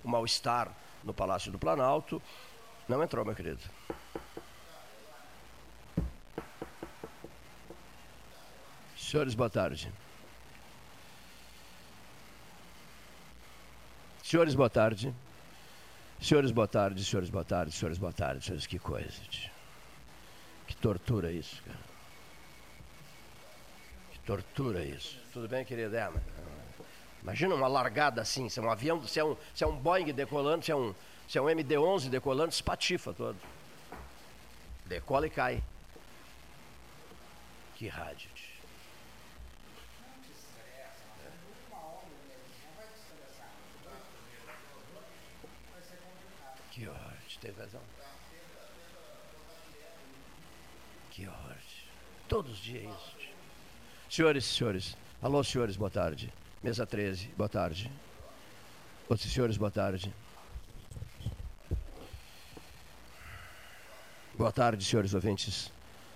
o mal-estar no Palácio do Planalto. Não entrou, meu querido. Senhores, boa tarde. Senhores, boa tarde. Senhores, boa tarde. Senhores, boa tarde. Senhores, boa tarde. Senhores, que coisa. Que tortura isso, cara. Que tortura isso. Tudo bem, querida? Imagina uma largada assim, se é um avião, se é um Boeing decolando, se é um MD-11 decolando, espatifa todo. Decola e cai. Que rádio. Que horror, tem razão. Que horror. Todos os dias isso. Senhores. Alô, senhores, boa tarde. Mesa 13, boa tarde. Outros senhores, boa tarde. Boa tarde, senhores ouvintes.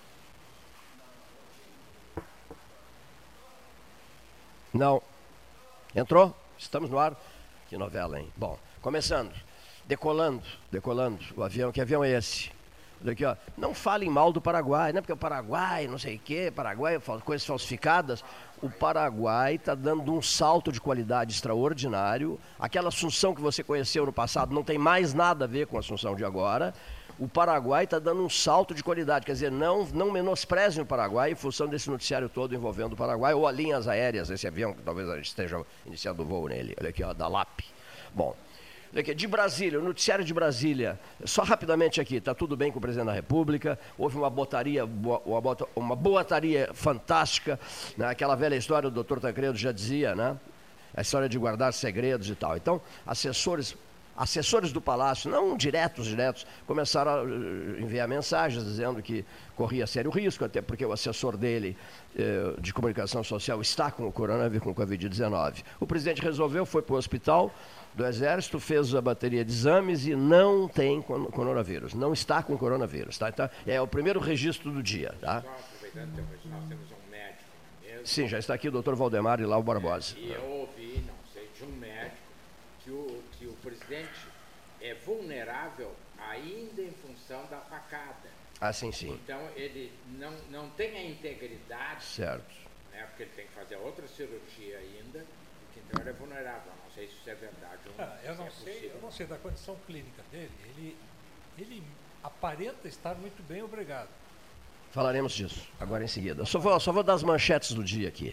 Não. Entrou? Estamos no ar? Que novela, hein? Bom, começando. Decolando o avião. Que avião é esse? Daqui, ó. Não falem mal do Paraguai, né? Porque o Paraguai, não sei o quê, Paraguai, coisas falsificadas. O Paraguai está dando um salto de qualidade extraordinário. Aquela Assunção que você conheceu no passado não tem mais nada a ver com a Assunção de agora. O Paraguai está dando um salto de qualidade. Quer dizer, não menosprezem o Paraguai em função desse noticiário todo envolvendo o Paraguai ou a linhas aéreas, esse avião que talvez a gente esteja iniciando o voo nele. Olha aqui, ó, da LAP. Bom. De Brasília, o noticiário de Brasília, só rapidamente aqui, está tudo bem com o presidente da República, houve uma boataria fantástica, né? Aquela velha história, o doutor Tancredo já dizia, né? A história de guardar segredos e tal. Então, assessores do Palácio, não diretos, começaram a enviar mensagens dizendo que corria sério risco, até porque o assessor dele de comunicação social está com o coronavírus, com o Covid-19. O presidente resolveu, foi para o hospital do Exército, fez a bateria de exames e não tem coronavírus, não está com coronavírus. Tá? Então, é o primeiro registro do dia. Tá? Só aproveitando, nós temos um médico mesmo. Sim, já está aqui o doutor Valdemar e Lau Barbosa. E eu ouvi, não sei, de um médico, que o presidente é vulnerável ainda em função da facada. Ah, sim. Então, ele não tem a integridade, certo, né, porque ele tem que fazer outra cirurgia ainda, então ele é vulnerável. Não sei se isso é verdade ou não. Eu não sei da condição clínica dele. Ele aparenta estar muito bem, obrigado. Falaremos disso agora em seguida. Só vou dar as manchetes do dia aqui.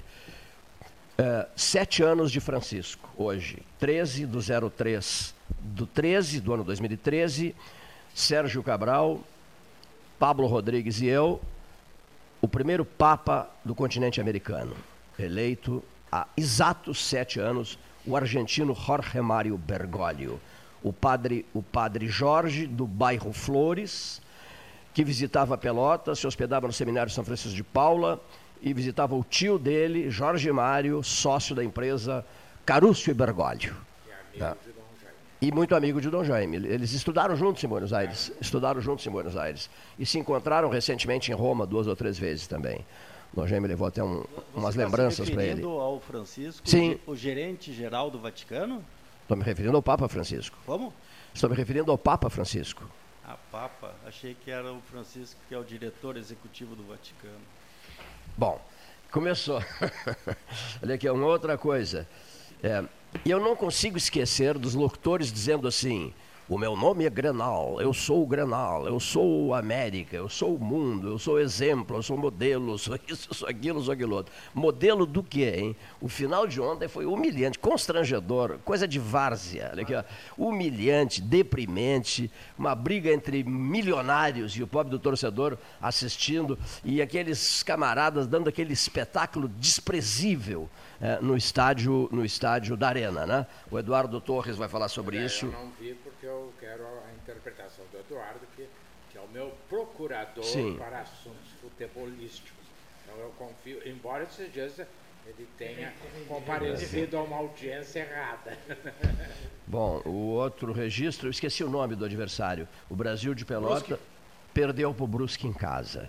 7 anos de Francisco, hoje, 13/03 do ano 2013, Sérgio Cabral, Pablo Rodrigues e eu, o primeiro Papa do continente americano, eleito há exatos 7 anos, o argentino Jorge Mário Bergoglio, o padre Jorge, do bairro Flores, que visitava Pelotas, se hospedava no Seminário São Francisco de Paula e visitava o tio dele, Jorge Mário, sócio da empresa Caruso e Bergoglio. E muito amigo de Dom Jaime. Eles estudaram juntos em Buenos Aires. E se encontraram recentemente em Roma 2 ou 3 vezes também. Dom Jaime levou até umas lembranças para ele. Você está se referindo ao Francisco, sim, o gerente-geral do Vaticano? Estou me referindo ao Papa Francisco. Como? Estou me referindo ao Papa Francisco. Ah, Papa. Achei que era o Francisco, que é o diretor executivo do Vaticano. Bom, começou. Olha aqui, uma outra coisa. E eu não consigo esquecer dos locutores dizendo assim: o meu nome é Grenal, eu sou o Grenal, eu sou o América, eu sou o mundo, eu sou o exemplo, eu sou o modelo, eu sou isso, eu sou aquilo, eu sou aquilo outro. Modelo do quê, hein? O final de ontem foi humilhante, constrangedor, coisa de várzea. Olha aqui, ó. Humilhante, deprimente, uma briga entre milionários e o pobre do torcedor assistindo, e aqueles camaradas dando aquele espetáculo desprezível no estádio da Arena, né? O Eduardo Torres vai falar sobre isso. Eu não vi porque eu quero a interpretação do Eduardo, que é o meu procurador, sim, para assuntos futebolísticos. Então eu confio, embora esses dias ele tenha comparecido a uma audiência errada. Bom, o outro registro, eu esqueci o nome do adversário. O Brasil de Pelotas perdeu para o Brusque em casa.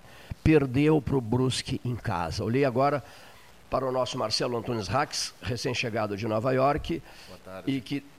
Olhei agora para o nosso Marcelo Antunes Rax, recém-chegado de Nova York, e que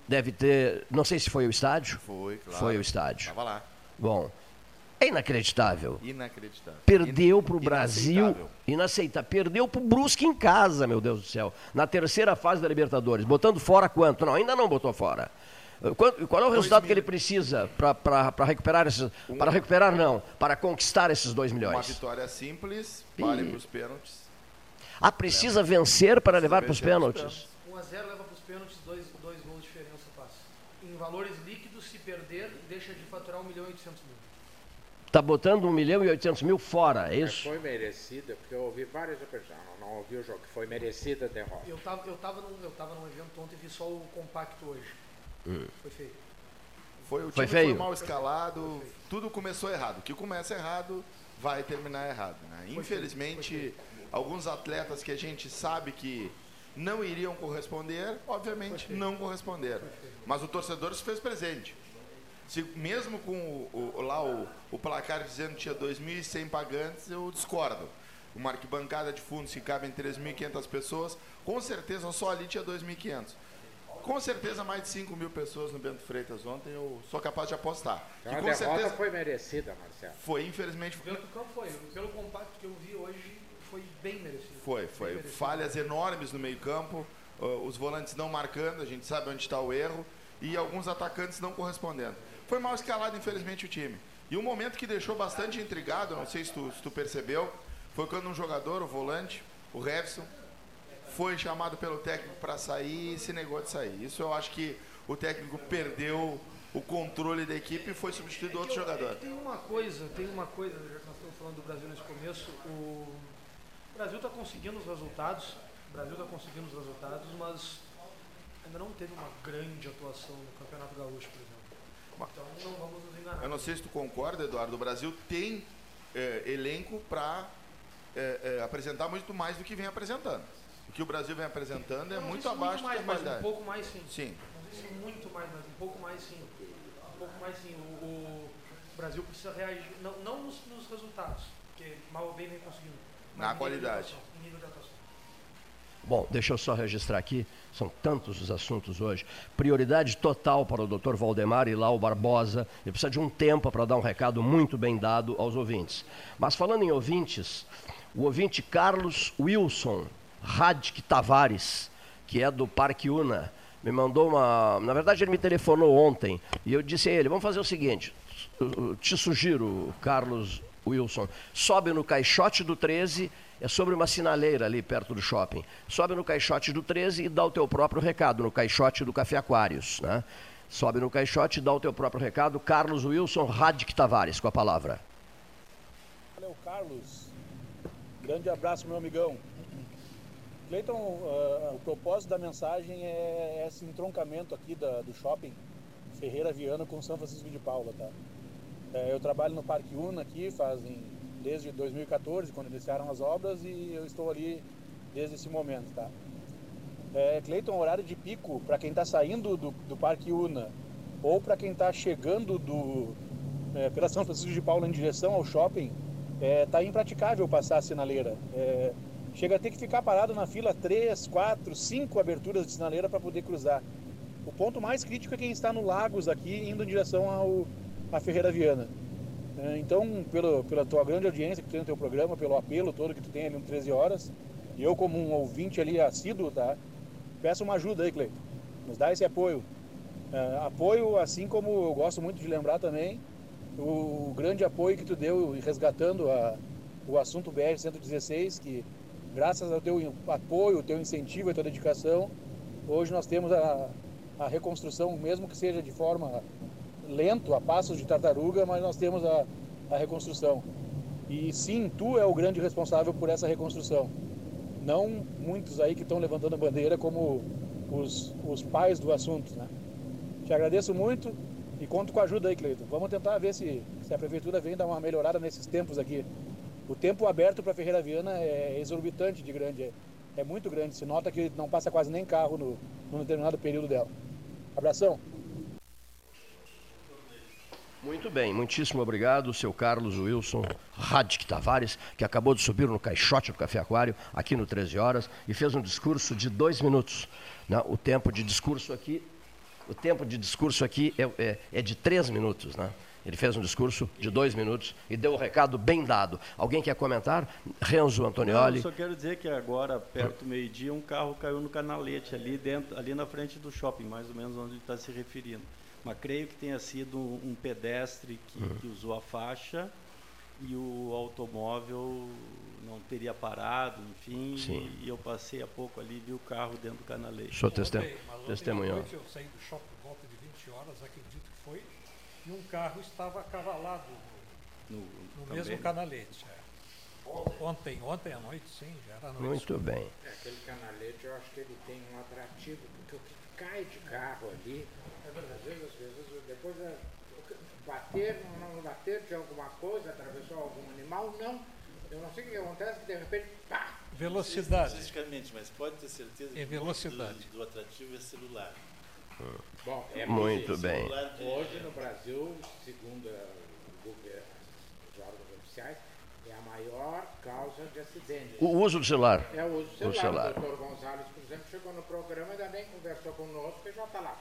deve ter... Não sei se foi o estádio. Foi, claro. Foi o estádio. Estava lá. Bom, é inacreditável. Inacreditável. Perdeu para o Brasil. Inaceitável. Perdeu para o Brusque em casa, meu Deus do céu. Na terceira fase da Libertadores. Botando fora quanto? Não, ainda não botou fora. Qual é o resultado que ele precisa para recuperar esses... Para recuperar, não. Para conquistar esses 2 milhões. Uma vitória simples, vale para os pênaltis. Ah, precisa vencer para levar para os pênaltis. 1-0 leva para os pênaltis, 2 gols de diferença passa. Em valores líquidos, se perder, deixa de faturar 1.800.000. Está botando 1.800.000 fora, é isso? Foi merecida, porque eu ouvi várias opiniões. Não ouvi o jogo, que foi merecida a derrota. Eu tava num evento ontem e vi só o compacto hoje. Foi feio. O time foi mal escalado, tudo começou errado. O que começa errado vai terminar errado. Né? Infelizmente, alguns atletas que a gente sabe que não iriam corresponder, obviamente não corresponderam. Mas o torcedor se fez presente. Mesmo com o placar dizendo que tinha 2.100 pagantes, eu discordo. Uma arquibancada de fundos que cabe em 3.500 pessoas, com certeza só ali tinha 2.500. Com certeza mais de 5.000 pessoas no Bento Freitas ontem, eu sou capaz de apostar. Então, a derrota foi merecida, Marcelo. Foi, infelizmente. Pelo campo foi. Pelo compacto que eu vi hoje, foi bem merecido. Foi. Falhas enormes no meio campo, os volantes não marcando, a gente sabe onde está o erro, e alguns atacantes não correspondendo. Foi mal escalado, infelizmente, o time. E um momento que deixou bastante intrigado, não sei se tu percebeu, foi quando um jogador, o volante, o Revson, foi chamado pelo técnico para sair e se negou de sair. Isso eu acho que o técnico perdeu o controle da equipe e foi substituído outro jogador. Tem uma coisa, já que nós estamos falando do Brasil nesse começo, o Brasil está conseguindo os resultados, mas ainda não teve uma grande atuação no Campeonato Gaúcho, por exemplo. Então não vamos nos enganar. Eu não sei se tu concorda, Eduardo, o Brasil tem elenco para apresentar muito mais do que vem apresentando. O que o Brasil vem apresentando é muito abaixo da qualidade. Um pouco mais sim. Sim. Não sei se muito mais, mas um pouco mais sim. O Brasil precisa reagir, não nos resultados, porque mal ou bem vem conseguindo. Na qualidade. Em nível de atuação. Bom, deixa eu só registrar aqui, são tantos os assuntos hoje. Prioridade total para o Dr. Valdemar e Lau Barbosa. Ele precisa de um tempo para dar um recado muito bem dado aos ouvintes. Mas falando em ouvintes, o ouvinte Carlos Wilson Radke Tavares, que é do Parque Una, me mandou uma... Na verdade, ele me telefonou ontem e eu disse a ele, vamos fazer o seguinte, eu te sugiro, Carlos Wilson, sobe no caixote do 13, é sobre uma sinaleira ali perto do shopping, sobe no caixote do 13 e dá o teu próprio recado, no caixote do Café Aquários, né? Sobe no caixote e dá o teu próprio recado. Carlos Wilson Radke Tavares, com a palavra. Valeu, Carlos. Grande abraço, meu amigão. Cleiton, o propósito da mensagem é esse entroncamento aqui do shopping Ferreira Viana com São Francisco de Paula, tá? Eu trabalho no Parque Una aqui desde 2014, quando iniciaram as obras, e eu estou ali desde esse momento, tá? Cleiton, horário de pico, para quem está saindo do Parque Una ou para quem está chegando pela São Francisco de Paula em direção ao shopping, tá impraticável passar a sinaleira. Chega a ter que ficar parado na fila 3, 4, 5 aberturas de sinaleira para poder cruzar. O ponto mais crítico é quem está no Lagos aqui, indo em direção à Ferreira Viana. Então, pela tua grande audiência que tu tem no teu programa, pelo apelo todo que tu tem ali no 13 horas, e eu como um ouvinte ali assíduo, tá? Peço uma ajuda aí, Cleiton. Nos dá esse apoio. Apoio, assim como eu gosto muito de lembrar também, o grande apoio que tu deu resgatando o assunto BR-116, que graças ao teu apoio, ao teu incentivo, à tua dedicação, hoje nós temos a reconstrução, mesmo que seja de forma lenta, a passos de tartaruga, mas nós temos a reconstrução. E sim, tu é o grande responsável por essa reconstrução. Não muitos aí que estão levantando a bandeira como os pais do assunto, né? Te agradeço muito e conto com a ajuda aí, Cleiton. Vamos tentar ver se a prefeitura vem dar uma melhorada nesses tempos aqui. O tempo aberto para Ferreira Viana é exorbitante de grande, é muito grande. Se nota que não passa quase nem carro num determinado período dela. Abração. Muito bem, muitíssimo obrigado, seu Carlos Wilson Radke Tavares, que acabou de subir no caixote do Café Aquário, aqui no 13 horas, e fez um discurso de 2 minutos. Né? O tempo de discurso aqui O tempo de discurso aqui é de 3 minutos, né? Ele fez um discurso de 2 minutos e deu o recado bem dado. Alguém quer comentar? Renzo Antonioli. Eu só quero dizer que agora, perto do meio-dia, um carro caiu no canalete, ali na frente do shopping, mais ou menos onde ele está se referindo. Mas creio que tenha sido um pedestre que usou a faixa e o automóvel não teria parado, enfim. E eu passei há pouco ali e vi o carro dentro do canalete. Sou testemunhal. Eu saí do shopping por volta de 20 horas, acredito que foi, e um carro estava acavalado no mesmo canalete. Ontem à noite, sim, já era noite. Muito bem. Aquele canalete, eu acho que ele tem um atrativo, porque o que cai de carro ali, às vezes depois não bater de alguma coisa, atravessou algum animal, não. Eu não sei o que acontece, que de repente, pá! Velocidade. Especificamente, mas pode ter certeza que velocidade do atrativo é celular. Bom, muito bem. Hoje no Brasil, segundo o governo, os órgãos oficiais, é a maior causa de acidentes. O uso do celular. É o uso do celular. O doutor Gonzalez, por exemplo, chegou no programa e ainda nem conversou conosco, e já está lá,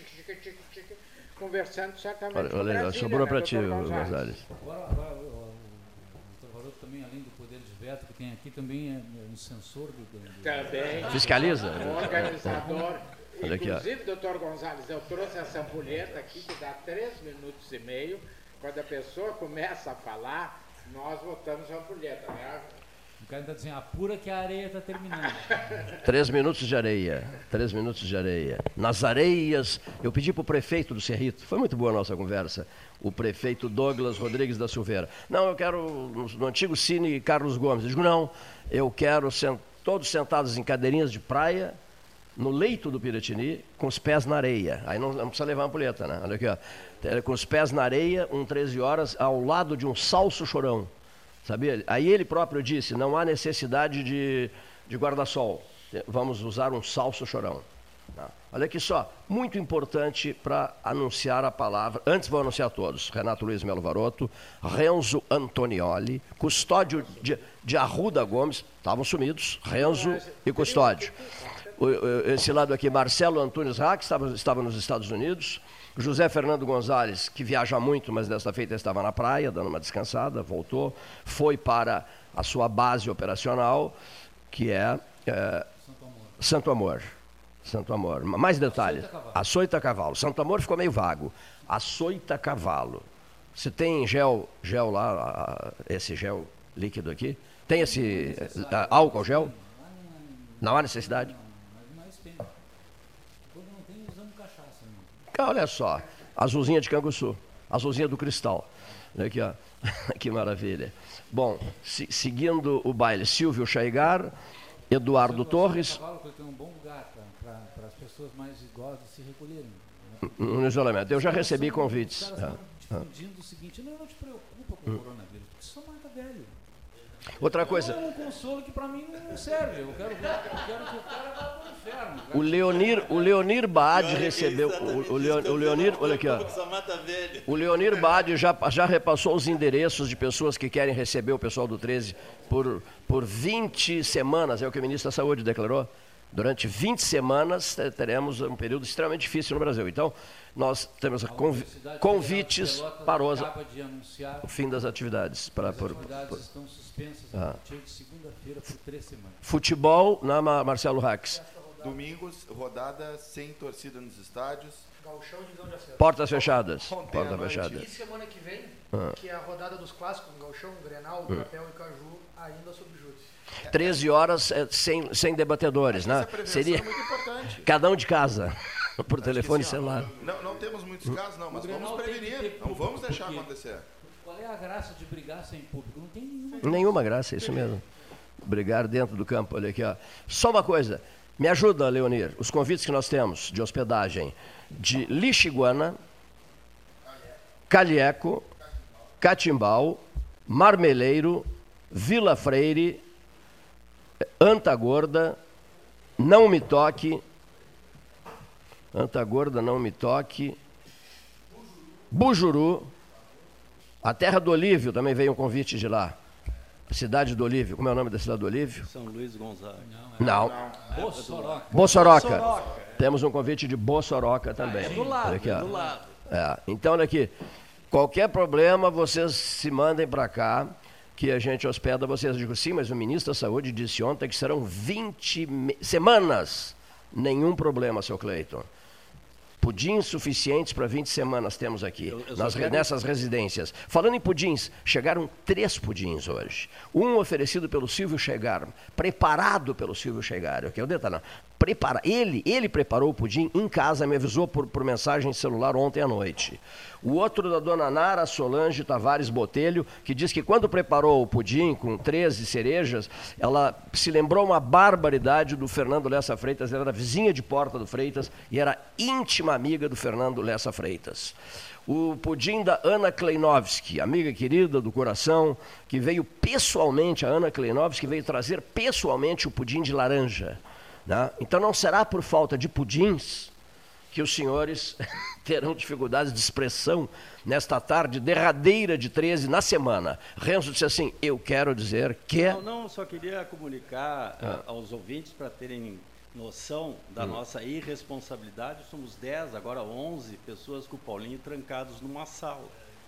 conversando certamente. Olha, sobrou para ti, Gonzalez. Agora, o doutor Varoto também, além do poder de veto que tem aqui, também é um sensor Também. Fiscaliza. Organizador. Olha aqui, inclusive, doutor Gonzalez, eu trouxe essa ampulheta aqui que dá 3 minutos e meio. Quando a pessoa começa a falar, nós botamos a ampulheta, né? O cara está dizendo, apura que a areia está terminando. 3 minutos de areia. 3 minutos de areia. Nas areias, eu pedi para o prefeito do Cerrito, foi muito boa a nossa conversa, o prefeito Douglas Rodrigues da Silveira. Não, eu quero no antigo Cine Carlos Gomes. Eu digo, não, eu quero todos sentados em cadeirinhas de praia, no leito do Piratini, com os pés na areia. Aí não precisa levar a ampulheta, né? Olha aqui, ó. Com os pés na areia, 13 horas, ao lado de um salso chorão. Sabia? Aí ele próprio disse, não há necessidade de guarda-sol. Vamos usar um salso chorão. Tá? Olha aqui só, muito importante para anunciar a palavra. Antes vou anunciar todos. Renato Luiz Melo Varoto, Renzo Antonioli, Custódio de Arruda Gomes, estavam sumidos, Renzo e Custódio. Esse lado aqui, Marcelo Antunes Rack, estava nos Estados Unidos. José Fernando Gonzalez, que viaja muito, mas desta feita estava na praia, dando uma descansada, voltou, foi para a sua base operacional, que é Santo Amor. Santo Amor. Mais detalhes. Açoita Cavalo. Santo Amor ficou meio vago. Açoita Cavalo. Você tem gel lá, esse gel líquido aqui? Tem esse álcool gel? Não há necessidade? Olha só, azulzinha de Canguçu, azulzinha do Cristal. Olha aqui, ó. Que maravilha. Bom, seguindo o baile, Silvio Chaigar, Eduardo Torres. Tem um bom lugar para as pessoas mais idosas se recolherem. No isolamento. Eu já recebi convites. Os caras estão difundindo o seguinte, não te preocupa com o coronavírus, porque só mata velho. Outra coisa. É um consolo que para mim não serve. Eu quero que o cara vá para o inferno. O Leonir Baade recebeu. O Leonir, olha aqui, ó. O Leonir Baade já repassou os endereços de pessoas que querem receber o pessoal do 13 por 20 semanas, é o que o ministro da Saúde declarou. Durante 20 semanas teremos um período extremamente difícil no Brasil. Então, nós temos convites para o fim das atividades. As atividades estão suspensas a partir de segunda-feira por 3 semanas. Futebol, Marcelo Rax. Domingos, rodada sem torcida nos estádios. Gauchão e Divisão de Acesso. Portas fechadas. Portas fechadas. E semana que vem, que é a rodada dos clássicos, Gauchão, Grenal, Papel e Caju, ainda sob júri. 13 horas sem debatedores, né? Seria muito importante. Cada um de casa, por telefone e celular. Não temos muitos casos, não, mas vamos prevenir. Não vamos deixar acontecer. Qual é a graça de brigar sem público? Não tem nenhuma graça, é isso mesmo. Brigar dentro do campo, olha aqui, ó. Só uma coisa, me ajuda, Leonir, os convites que nós temos de hospedagem de Lixiguana, Calheco, Catimbau, Marmeleiro, Vila Freire, Antagorda, Não Me Toque, Bujuru, a Terra do Olívio, também veio um convite de lá. Cidade do Olívio. Como é o nome da Cidade do Olívio? São Luís Gonzaga. Não. Bossoroca. Bossoroca. Temos um convite de Bossoroca também. É do lado, aqui, é do lado. Então, olha aqui. Qualquer problema, vocês se mandem para cá, que a gente hospeda vocês. Eu digo, sim, mas o ministro da Saúde disse ontem que serão 20 semanas. Nenhum problema, seu Cleiton. Pudins suficientes para 20 semanas temos aqui, nessas residências. Falando em pudins, chegaram 3 pudins hoje. Um oferecido pelo Silvio Chegar, preparado pelo Silvio Chegar. Okay? O detalhe, ele preparou o pudim em casa, me avisou por mensagem de celular ontem à noite. O outro da dona Nara Solange Tavares Botelho, que diz que quando preparou o pudim com 13 cerejas, ela se lembrou uma barbaridade do Fernando Lessa Freitas. Ela era vizinha de porta do Freitas e era íntima amiga do Fernando Lessa Freitas. O pudim da Ana Kleinovski, amiga querida do coração, que veio pessoalmente, a Ana Kleinovski veio trazer pessoalmente o pudim de laranja. Né? Então não será por falta de pudins que os senhores terão dificuldades de expressão nesta tarde derradeira de 13 na semana. Renzo disse assim, eu quero dizer que... Não, só queria comunicar aos ouvintes para terem noção da nossa irresponsabilidade. Somos 10, agora 11 pessoas com o Paulinho trancados numa sala.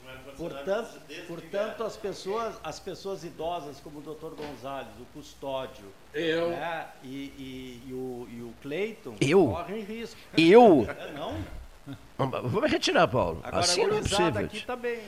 Portanto, as pessoas idosas, como o Dr. Gonzalez, o custódio, né, e o Cleiton, correm risco. Eu? Não? Vou me retirar, Paulo. Agora, assim a não é possível. aqui está bem.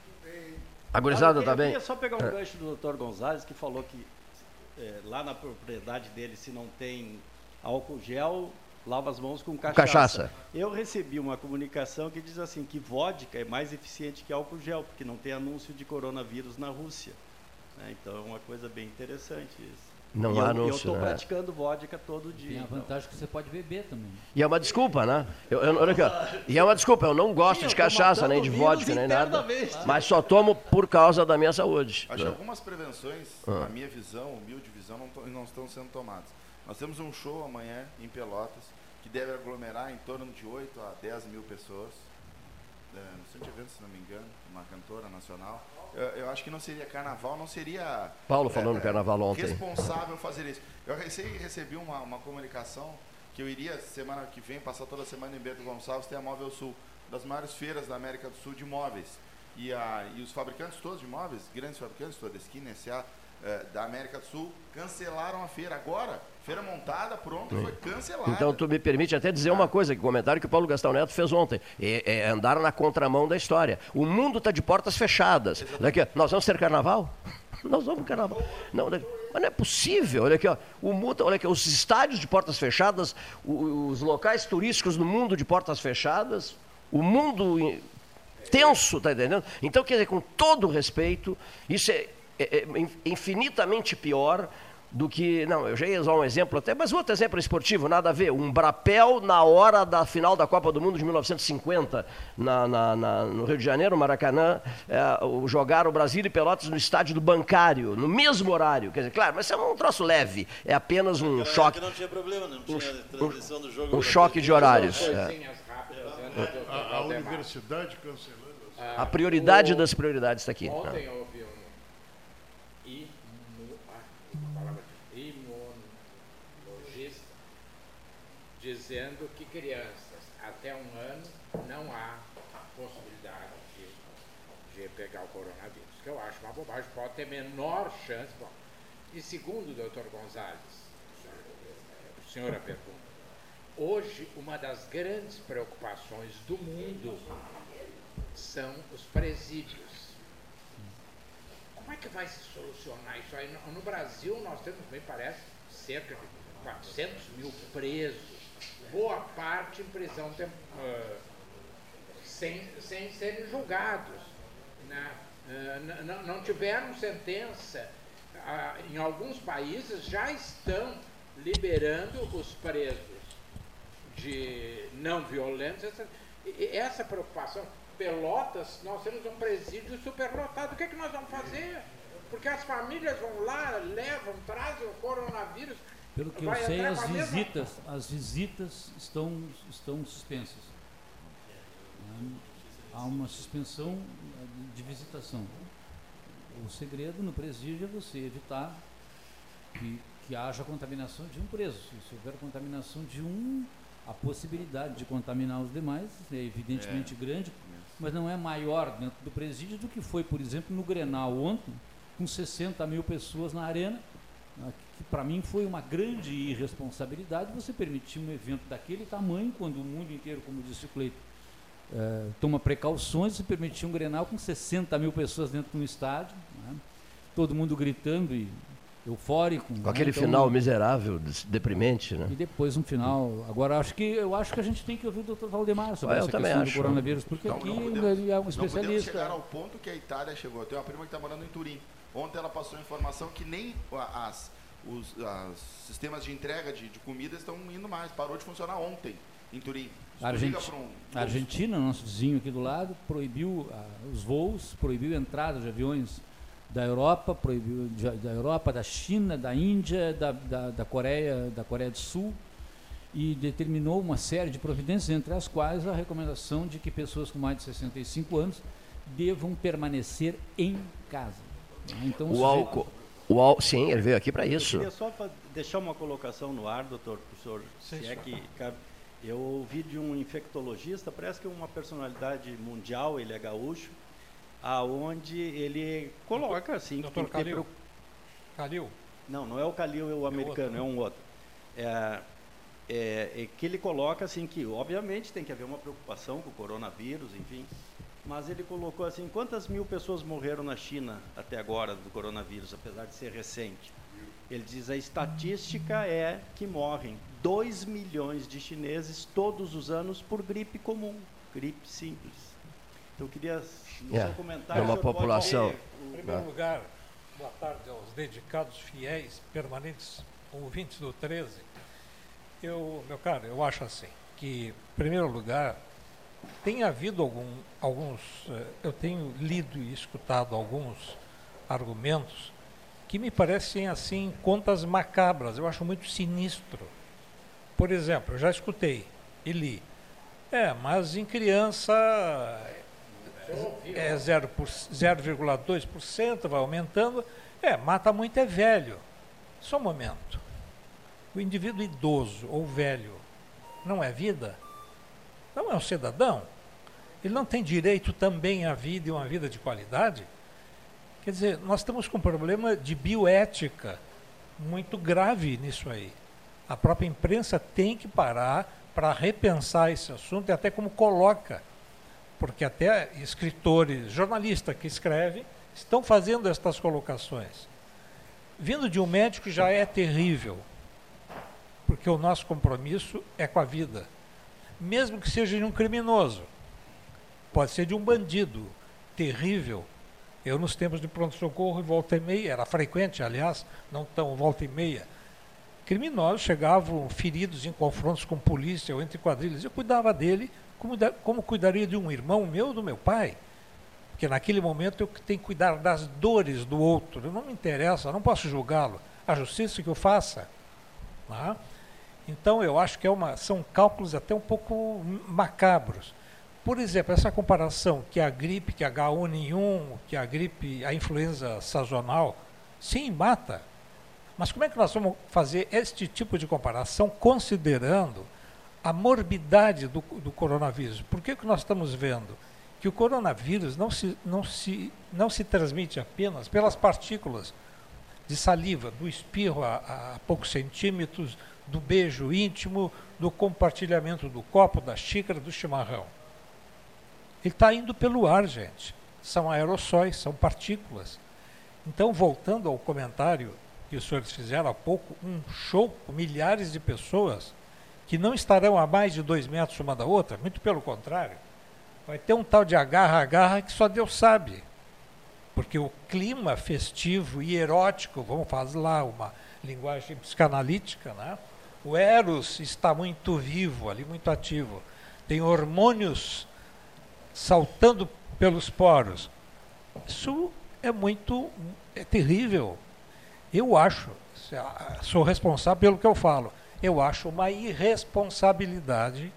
A gurizada está bem? Eu queria só pegar um gancho do Dr. Gonzalez, que falou que lá na propriedade dele, se não tem álcool gel, lava as mãos com cachaça. Eu recebi uma comunicação que diz assim, que vodka é mais eficiente que álcool gel, porque não tem anúncio de coronavírus na Rússia. Então é uma coisa bem interessante isso. Não há anúncio, eu estou praticando vodka todo dia. Tem a vantagem que você pode beber também. E é uma desculpa, né? Olha aqui, e é uma desculpa, eu não gosto de cachaça, nem de vodka, nem nada, mas só tomo por causa da minha saúde. Acho que algumas prevenções, na minha visão, humilde visão, não estão sendo tomadas. Nós temos um show amanhã em Pelotas, que deve aglomerar em torno de 8 a 10 mil pessoas, no centro de eventos, se não me engano, uma cantora nacional. Eu acho que não seria carnaval, não seria... Paulo falou no carnaval ontem. Responsável fazer isso. Eu recebi uma comunicação que eu iria, semana que vem, passar toda semana em Bento Gonçalves, tem a Móvel Sul, das maiores feiras da América do Sul de móveis. E os fabricantes todos de móveis, grandes fabricantes, toda esquina, S.A., da América do Sul, cancelaram a feira. Agora, feira montada, pronta, foi cancelada. Então, tu me permite até dizer uma coisa, que o comentário que o Paulo Gastão Neto fez ontem. Andaram na contramão da história. O mundo está de portas fechadas. Daqui, nós vamos ter carnaval? Nós vamos ter carnaval. Não, mas não é possível. Olha aqui, ó, olha aqui, os estádios de portas fechadas, os locais turísticos no mundo de portas fechadas, o mundo tenso, tá entendendo? Então, quer dizer, com todo respeito, isso é infinitamente pior do que... Não, eu já ia usar um exemplo até, mas outro exemplo esportivo, nada a ver. Um Brapel na hora da final da Copa do Mundo de 1950, no Rio de Janeiro, Maracanã, jogaram o Brasil e Pelotas no estádio do Bancário, no mesmo horário. Quer dizer, claro, mas isso é um troço leve, é apenas um choque... Não tinha problema, não tinha transmissão do jogo. Um choque de horários. A universidade cancelando. A prioridade das prioridades está aqui. Ontem houve um imunologista dizendo que crianças até 1 ano não há possibilidade de pegar o coronavírus, que eu acho uma bobagem, pode ter menor chance. Bom, e segundo o Dr. Gonzalez, a senhora pergunta, hoje uma das grandes preocupações do mundo são os presídios. Como é que vai se solucionar isso aí? No Brasil nós temos, me parece, cerca de 400 mil presos, boa parte em prisão sem serem julgados. Né? Não tiveram sentença. Em alguns países já estão liberando os presos de não violentos. Essa preocupação. Pelotas, nós temos um presídio superlotado. O que é que nós vamos fazer? Porque as famílias vão lá, levam, trazem o coronavírus. Pelo que eu sei, as visitas estão suspensas. Há uma suspensão de visitação. O segredo no presídio é você evitar que haja contaminação de um preso. Se houver contaminação de um, a possibilidade de contaminar os demais é evidentemente grande, mas não é maior dentro do presídio do que foi, por exemplo, no Grenal ontem, com 60 mil pessoas na arena, que para mim foi uma grande irresponsabilidade você permitir um evento daquele tamanho, quando o mundo inteiro, como disse o Cleiton, toma precauções, você permitir um Grenal com 60 mil pessoas dentro de um estádio, né? Todo mundo gritando e eufórico. Com aquele final miserável, deprimente, né? E depois um final. Agora, eu acho que a gente tem que ouvir o Dr. Valdemar sobre essa questão do coronavírus, porque aqui ele é um especialista. Não podemos chegar ao ponto que a Itália chegou. Eu tenho uma prima que está morando em Turim. Ontem ela passou a informação que nem os sistemas de entrega de comida estão indo mais. Parou de funcionar ontem em Turim. A Argentina, nosso vizinho aqui do lado, proibiu os voos, proibiu a entrada de aviões da Europa, proibiu da Europa, da China, da Índia, da Coreia do Sul, e determinou uma série de providências, entre as quais a recomendação de que pessoas com mais de 65 anos devam permanecer em casa. Então, sim, ele veio aqui para isso. Eu queria só deixar uma colocação no ar, doutor, professor, eu ouvi de um infectologista, parece que é uma personalidade mundial, ele é gaúcho, aonde ele coloca assim... Dr. Calil? Não é o Calil, é o americano, é um outro. Que ele coloca assim que, obviamente, tem que haver uma preocupação com o coronavírus, enfim, mas ele colocou assim, quantas mil pessoas morreram na China até agora do coronavírus, apesar de ser recente? Ele diz, a estatística é que morrem 2 milhões de chineses todos os anos por gripe comum, gripe simples. Então, eu queria no seu comentário... É uma população... Em primeiro lugar, boa tarde aos dedicados, fiéis, permanentes ouvintes do 13. Meu caro, eu acho assim, que, em primeiro lugar, tem havido alguns... eu tenho lido e escutado alguns argumentos que me parecem, assim, contas macabras. Eu acho muito sinistro. Por exemplo, eu já escutei e li. Mas em criança é 0,2%, vai aumentando. Mata muito é velho. Só um momento. O indivíduo idoso ou velho não é vida? Não é um cidadão? Ele não tem direito também à vida e uma vida de qualidade? Quer dizer, nós estamos com um problema de bioética muito grave nisso aí. A própria imprensa tem que parar para repensar esse assunto, e até como coloca, porque até escritores, jornalistas que escrevem, estão fazendo estas colocações. Vindo de um médico já é terrível, porque o nosso compromisso é com a vida. Mesmo que seja de um criminoso, pode ser de um bandido terrível. Eu, nos tempos de pronto-socorro, volta e meia, era frequente, aliás, não tão volta e meia, criminosos chegavam feridos em confrontos com polícia ou entre quadrilhas. Eu cuidava dele como cuidaria de um irmão meu ou do meu pai. Porque naquele momento eu tenho que cuidar das dores do outro. Eu não me interessa, eu não posso julgá-lo. A justiça que eu faça. Tá? Então eu acho que são cálculos até um pouco macabros. Por exemplo, essa comparação que a gripe, que a H1N1, que a influenza sazonal, sim, mata. Mas como é que nós vamos fazer este tipo de comparação considerando a morbidade do coronavírus? Por que nós estamos vendo que o coronavírus não se transmite apenas pelas partículas de saliva, do espirro a poucos centímetros, do beijo íntimo, do compartilhamento do copo, da xícara, do chimarrão? Ele está indo pelo ar, gente. São aerossóis, são partículas. Então, voltando ao comentário que os senhores fizeram há pouco, um show com milhares de pessoas que não estarão a mais de 2 metros uma da outra, muito pelo contrário. Vai ter um tal de agarra-agarra que só Deus sabe. Porque o clima festivo e erótico, vamos fazer lá uma linguagem psicanalítica, né? O Eros está muito vivo ali, muito ativo. Tem hormônios saltando pelos poros. Isso é terrível. Eu acho, sou responsável pelo que eu falo, eu acho uma irresponsabilidade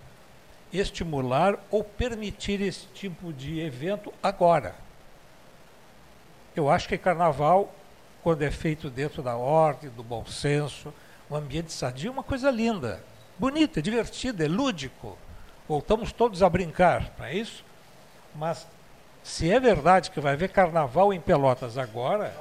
estimular ou permitir esse tipo de evento agora. Eu acho que carnaval, quando é feito dentro da ordem, do bom senso, um ambiente sadio, é uma coisa linda, bonita, divertida, é lúdico. Voltamos todos a brincar, não é isso? Mas se é verdade que vai haver carnaval em Pelotas agora,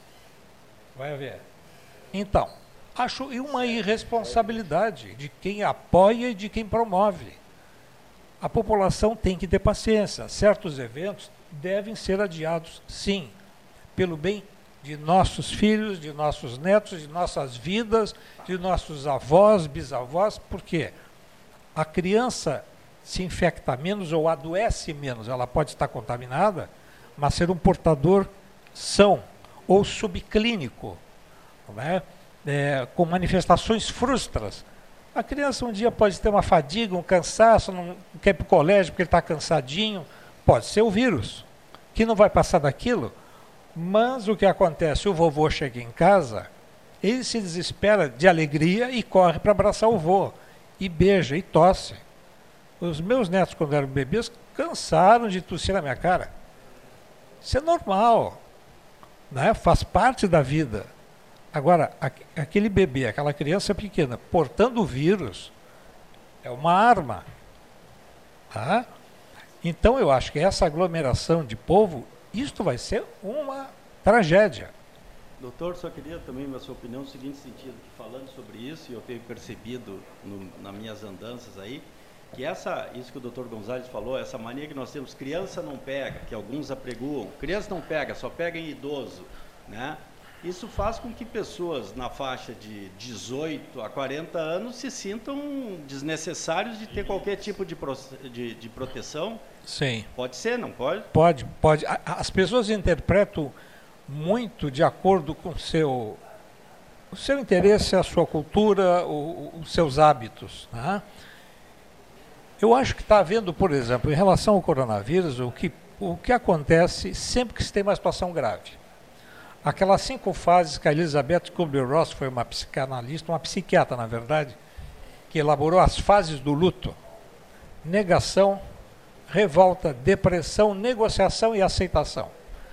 vai haver. Então, acho uma irresponsabilidade de quem apoia e de quem promove. A população tem que ter paciência. Certos eventos devem ser adiados, sim, pelo bem de nossos filhos, de nossos netos, de nossas vidas, de nossos avós, bisavós. Por quê? A criança se infecta menos ou adoece menos. Ela pode estar contaminada, mas ser um portador são ou subclínico, não é? Com manifestações frustras. A criança um dia pode ter uma fadiga, um cansaço, não quer ir para o colégio porque ele está cansadinho. Pode ser o vírus, que não vai passar daquilo. Mas o que acontece? O vovô chega em casa, ele se desespera de alegria e corre para abraçar o vô, e beija, e tosse. Os meus netos, quando eram bebês, cansaram de tossir na minha cara. Isso é normal, né? Faz parte da vida. Agora, aquele bebê, aquela criança pequena, portando o vírus, é uma arma. Tá? Então, eu acho que essa aglomeração de povo, isto vai ser uma tragédia. Doutor, só queria também a sua opinião no seguinte sentido, que falando sobre isso, e eu tenho percebido nas minhas andanças aí, que isso que o doutor Gonzalez falou, essa mania que nós temos, criança não pega, que alguns apregoam, criança não pega, só pega em idoso, né? Isso faz com que pessoas na faixa de 18 a 40 anos se sintam desnecessários de ter qualquer tipo de proteção. Sim. Pode ser, não pode? Pode. As pessoas interpretam muito de acordo com o seu interesse, a sua cultura, os seus hábitos. Né? Eu acho que está havendo, por exemplo, em relação ao coronavírus, o que acontece sempre que se tem uma situação grave. Aquelas 5 fases que a Elizabeth Kubler-Ross foi uma psicanalista, uma psiquiatra, na verdade, que elaborou as fases do luto: negação, revolta, depressão, negociação e aceitação.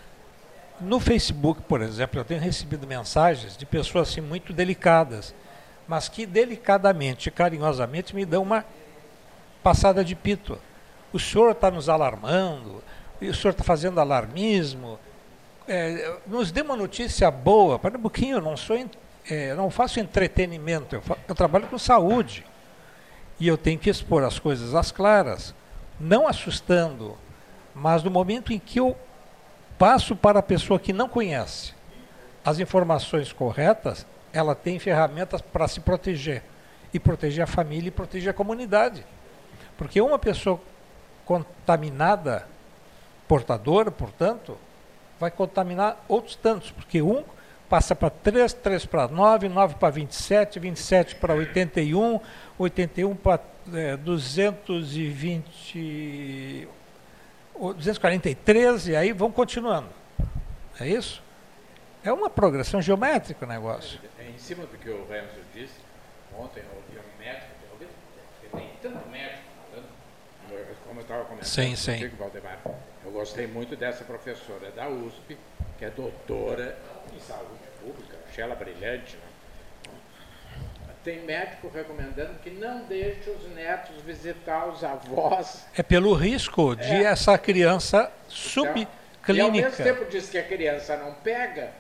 No Facebook, por exemplo, eu tenho recebido mensagens de pessoas assim, muito delicadas, mas que delicadamente, carinhosamente, me dão uma passada de pito. O senhor está nos alarmando, o senhor está fazendo alarmismo, nos dê uma notícia boa. Para um pouquinho, eu não faço entretenimento, eu trabalho com saúde. E eu tenho que expor as coisas às claras, não assustando, mas no momento em que eu passo para a pessoa que não conhece as informações corretas, ela tem ferramentas para se proteger, e proteger a família e proteger a comunidade. Porque uma pessoa contaminada, portadora, portanto, vai contaminar outros tantos, porque um passa para 3, 3 para 9, 9 para 27, 27 para 81, 81 para 243, e aí vão continuando. É isso? É uma progressão geométrica o negócio. Em cima do que o Ramos disse, ontem eu ouvi um médico, tem tanto médico, como eu estava comentando sim. Valdemar, eu gostei muito dessa professora da USP, que é doutora em saúde pública, Sheila Brilhante. Né? Tem médico recomendando que não deixe os netos visitar os avós. É pelo risco de essa criança subclínica. E ao mesmo tempo diz que a criança não pega.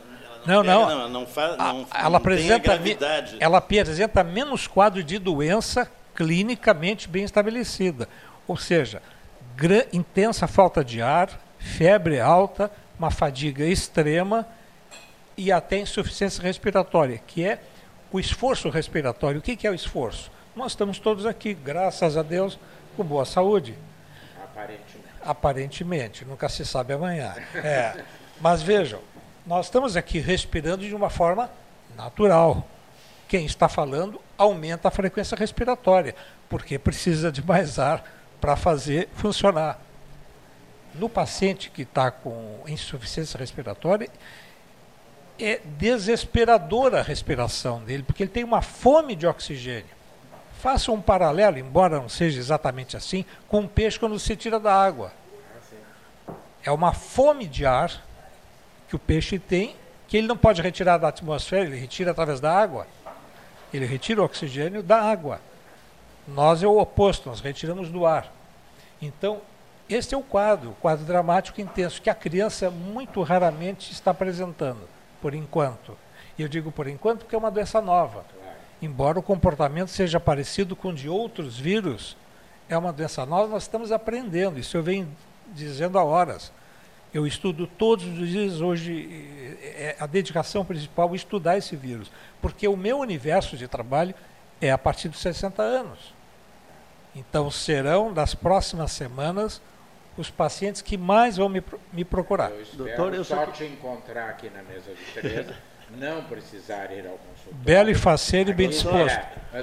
Ela apresenta menos quadro de doença clinicamente bem estabelecida. Ou seja, intensa falta de ar, febre alta, uma fadiga extrema e até insuficiência respiratória, que é o esforço respiratório. O que é o esforço? Nós estamos todos aqui, graças a Deus, com boa saúde. Aparentemente, nunca se sabe amanhã. Mas vejam, nós estamos aqui respirando de uma forma natural. Quem está falando aumenta a frequência respiratória, porque precisa de mais ar para fazer funcionar. No paciente que está com insuficiência respiratória, é desesperadora a respiração dele, porque ele tem uma fome de oxigênio. Faça um paralelo, embora não seja exatamente assim, com um peixe quando se tira da água. É uma fome de ar que o peixe tem, que ele não pode retirar da atmosfera, ele retira através da água. Ele retira o oxigênio da água. Nós é o oposto, nós retiramos do ar. Então, este é o quadro dramático intenso, que a criança muito raramente está apresentando, por enquanto. E eu digo por enquanto porque é uma doença nova. Embora o comportamento seja parecido com o de outros vírus, é uma doença nova, nós estamos aprendendo. Isso eu venho dizendo há horas. Eu estudo todos os dias, hoje, a dedicação principal é estudar esse vírus. Porque o meu universo de trabalho é a partir dos 60 anos. Então, serão, das próximas semanas, os pacientes que mais vão me procurar. Eu espero só te encontrar aqui na mesa de Tereza, não precisar ir ao consultório. Belo e faceiro e bem disposto.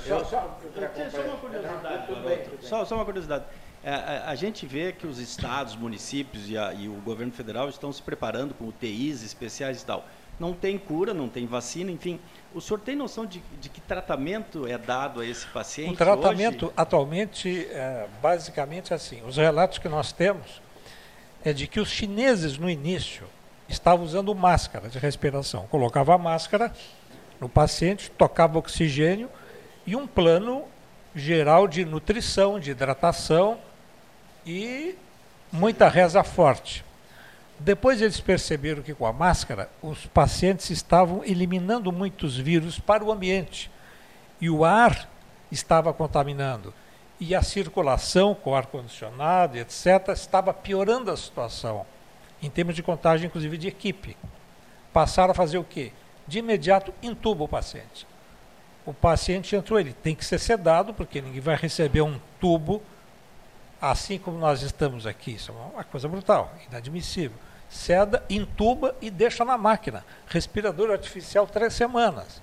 Só uma curiosidade. A gente vê que os estados, municípios e o governo federal estão se preparando com UTIs especiais e tal. Não tem cura, não tem vacina, enfim. O senhor tem noção de que tratamento é dado a esse paciente? O tratamento hoje? Atualmente, basicamente assim, os relatos que nós temos é de que os chineses no início estavam usando máscara de respiração. Colocava a máscara no paciente, tocava oxigênio e um plano geral de nutrição, de hidratação e muita reza forte. Depois eles perceberam que com a máscara os pacientes estavam eliminando muitos vírus para o ambiente e o ar estava contaminando e a circulação com ar-condicionado, etc., estava piorando a situação em termos de contágio, inclusive de equipe. Passaram a fazer o quê? De imediato intuba o paciente. O paciente entrou, ele tem que ser sedado, porque ninguém vai receber um tubo assim como nós estamos aqui. Isso é uma coisa brutal, inadmissível. Seda, intuba e deixa na máquina. Respirador artificial 3 semanas.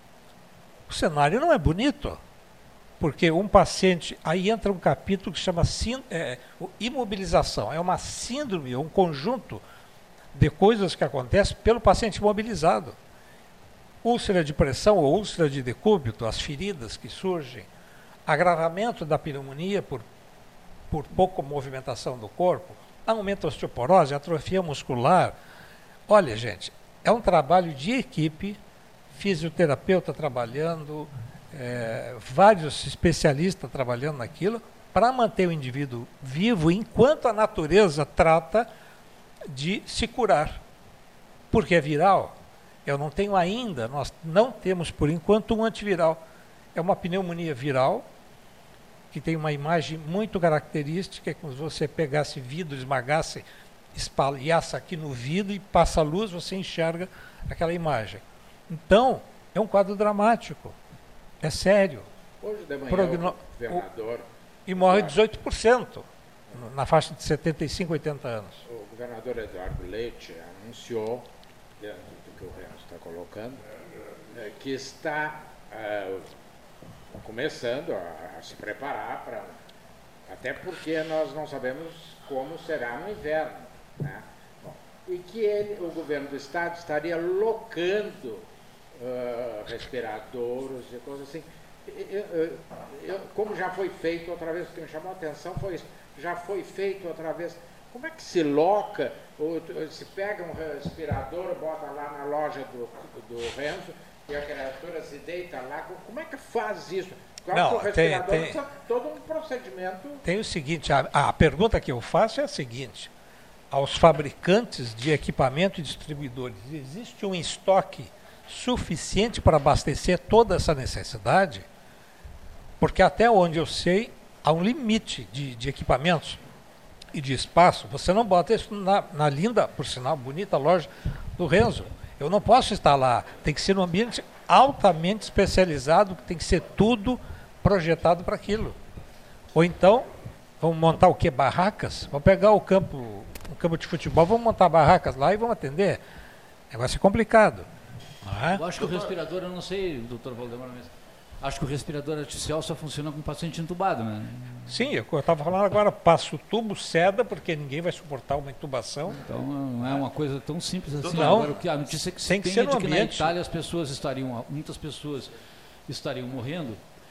O cenário não é bonito, porque um paciente, aí entra um capítulo que chama imobilização. É uma síndrome, um conjunto de coisas que acontecem pelo paciente imobilizado. Úlcera de pressão ou úlcera de decúbito, as feridas que surgem, agravamento da pneumonia por pouca movimentação do corpo, aumenta a osteoporose, atrofia muscular. Olha, gente, é um trabalho de equipe, fisioterapeuta trabalhando, vários especialistas trabalhando naquilo, para manter o indivíduo vivo enquanto a natureza trata de se curar. Porque é viral. Eu não tenho ainda, nós não temos por enquanto um antiviral. É uma pneumonia viral, que tem uma imagem muito característica, é como se você pegasse vidro, esmagasse, espalhasse aqui no vidro e passa a luz, você enxerga aquela imagem. Então, é um quadro dramático, é sério. Hoje de manhã o governador... E morre 18%, na faixa de 75, 80 anos. O governador Eduardo Leite anunciou, dentro do que o Renzo está colocando, que está começando a se preparar para... Até porque nós não sabemos como será no inverno, né? Bom, e que o governo do estado estaria locando respiradores e coisas assim. Como já foi feito outra vez, o que me chamou a atenção foi isso, já foi feito outra vez. Como é que se loca, ou se pega um respirador, bota lá na loja do Renzo, e a criatura se deita lá, como é que faz isso? Não, tem todo um procedimento. Tem o seguinte, a pergunta que eu faço é a seguinte: aos fabricantes de equipamento e distribuidores, existe um estoque suficiente para abastecer toda essa necessidade? Porque até onde eu sei, há um limite de equipamentos e de espaço. Você não bota isso na linda, por sinal, bonita loja do Renzo. Eu não posso estar lá. Tem que ser num ambiente altamente especializado, tem que ser tudo projetado para aquilo. Ou então, vamos montar o quê? Barracas? Vamos pegar um campo de futebol, vamos montar barracas lá e vamos atender. O negócio é complicado. Não é? Eu acho que o respirador, eu não sei, doutor Valdemar, mas acho que o respirador artificial só funciona com paciente entubado, né? Sim, eu estava falando agora, passa o tubo, seda, porque ninguém vai suportar uma intubação. Então não é uma coisa tão simples assim. Não, agora, a notícia que se tem é de que na Itália muitas pessoas estariam morrendo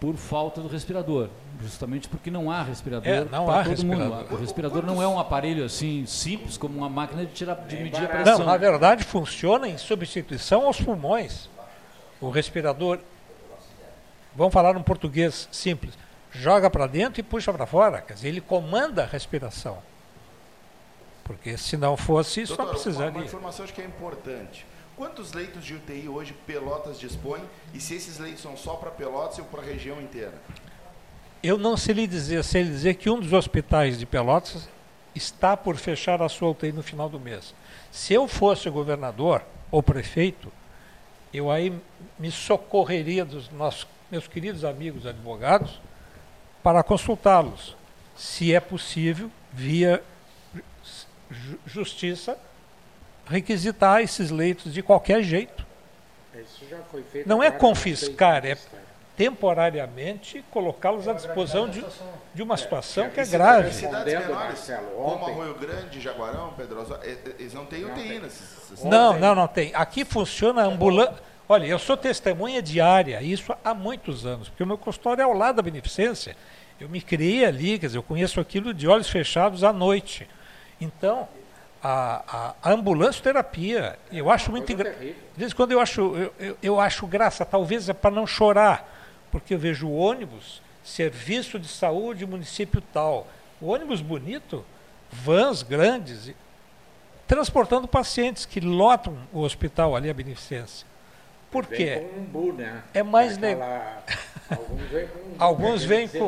por falta do respirador, justamente porque não há respirador para todo mundo. O respirador não é um aparelho assim simples como uma máquina de medir a pressão. Não, na verdade funciona em substituição aos pulmões. O respirador, vamos falar num português simples, joga para dentro e puxa para fora, quer dizer, ele comanda a respiração. Porque se não fosse isso, doutor, não precisaria. Uma informação acho que é importante. Quantos leitos de UTI hoje Pelotas dispõe e se esses leitos são só para Pelotas ou para a região inteira? Eu não sei lhe dizer que um dos hospitais de Pelotas está por fechar a sua UTI no final do mês. Se eu fosse governador ou prefeito, eu aí me socorreria dos meus queridos amigos advogados para consultá-los, se é possível, via justiça, requisitar esses leitos de qualquer jeito. Isso já foi feito. Não é confiscar, é temporariamente colocá-los à disposição de uma situação que é grave. Cidades menores, como Arroio Grande, Jaguarão, Pedrosa, eles não têm UTI. Não tem. Aqui funciona ambulante. Olha, eu sou testemunha diária, isso há muitos anos, porque o meu consultório é ao lado da Beneficência. Eu me criei ali, quer dizer, eu conheço aquilo de olhos fechados à noite. Então, a ambulância-terapia, eu acho muito engraçado. De vez em quando eu acho graça, talvez é para não chorar, porque eu vejo o ônibus, serviço de saúde, município tal. O ônibus bonito, vans grandes, transportando pacientes que lotam o hospital ali, a Beneficência. Por quê? É mais legal. Alguns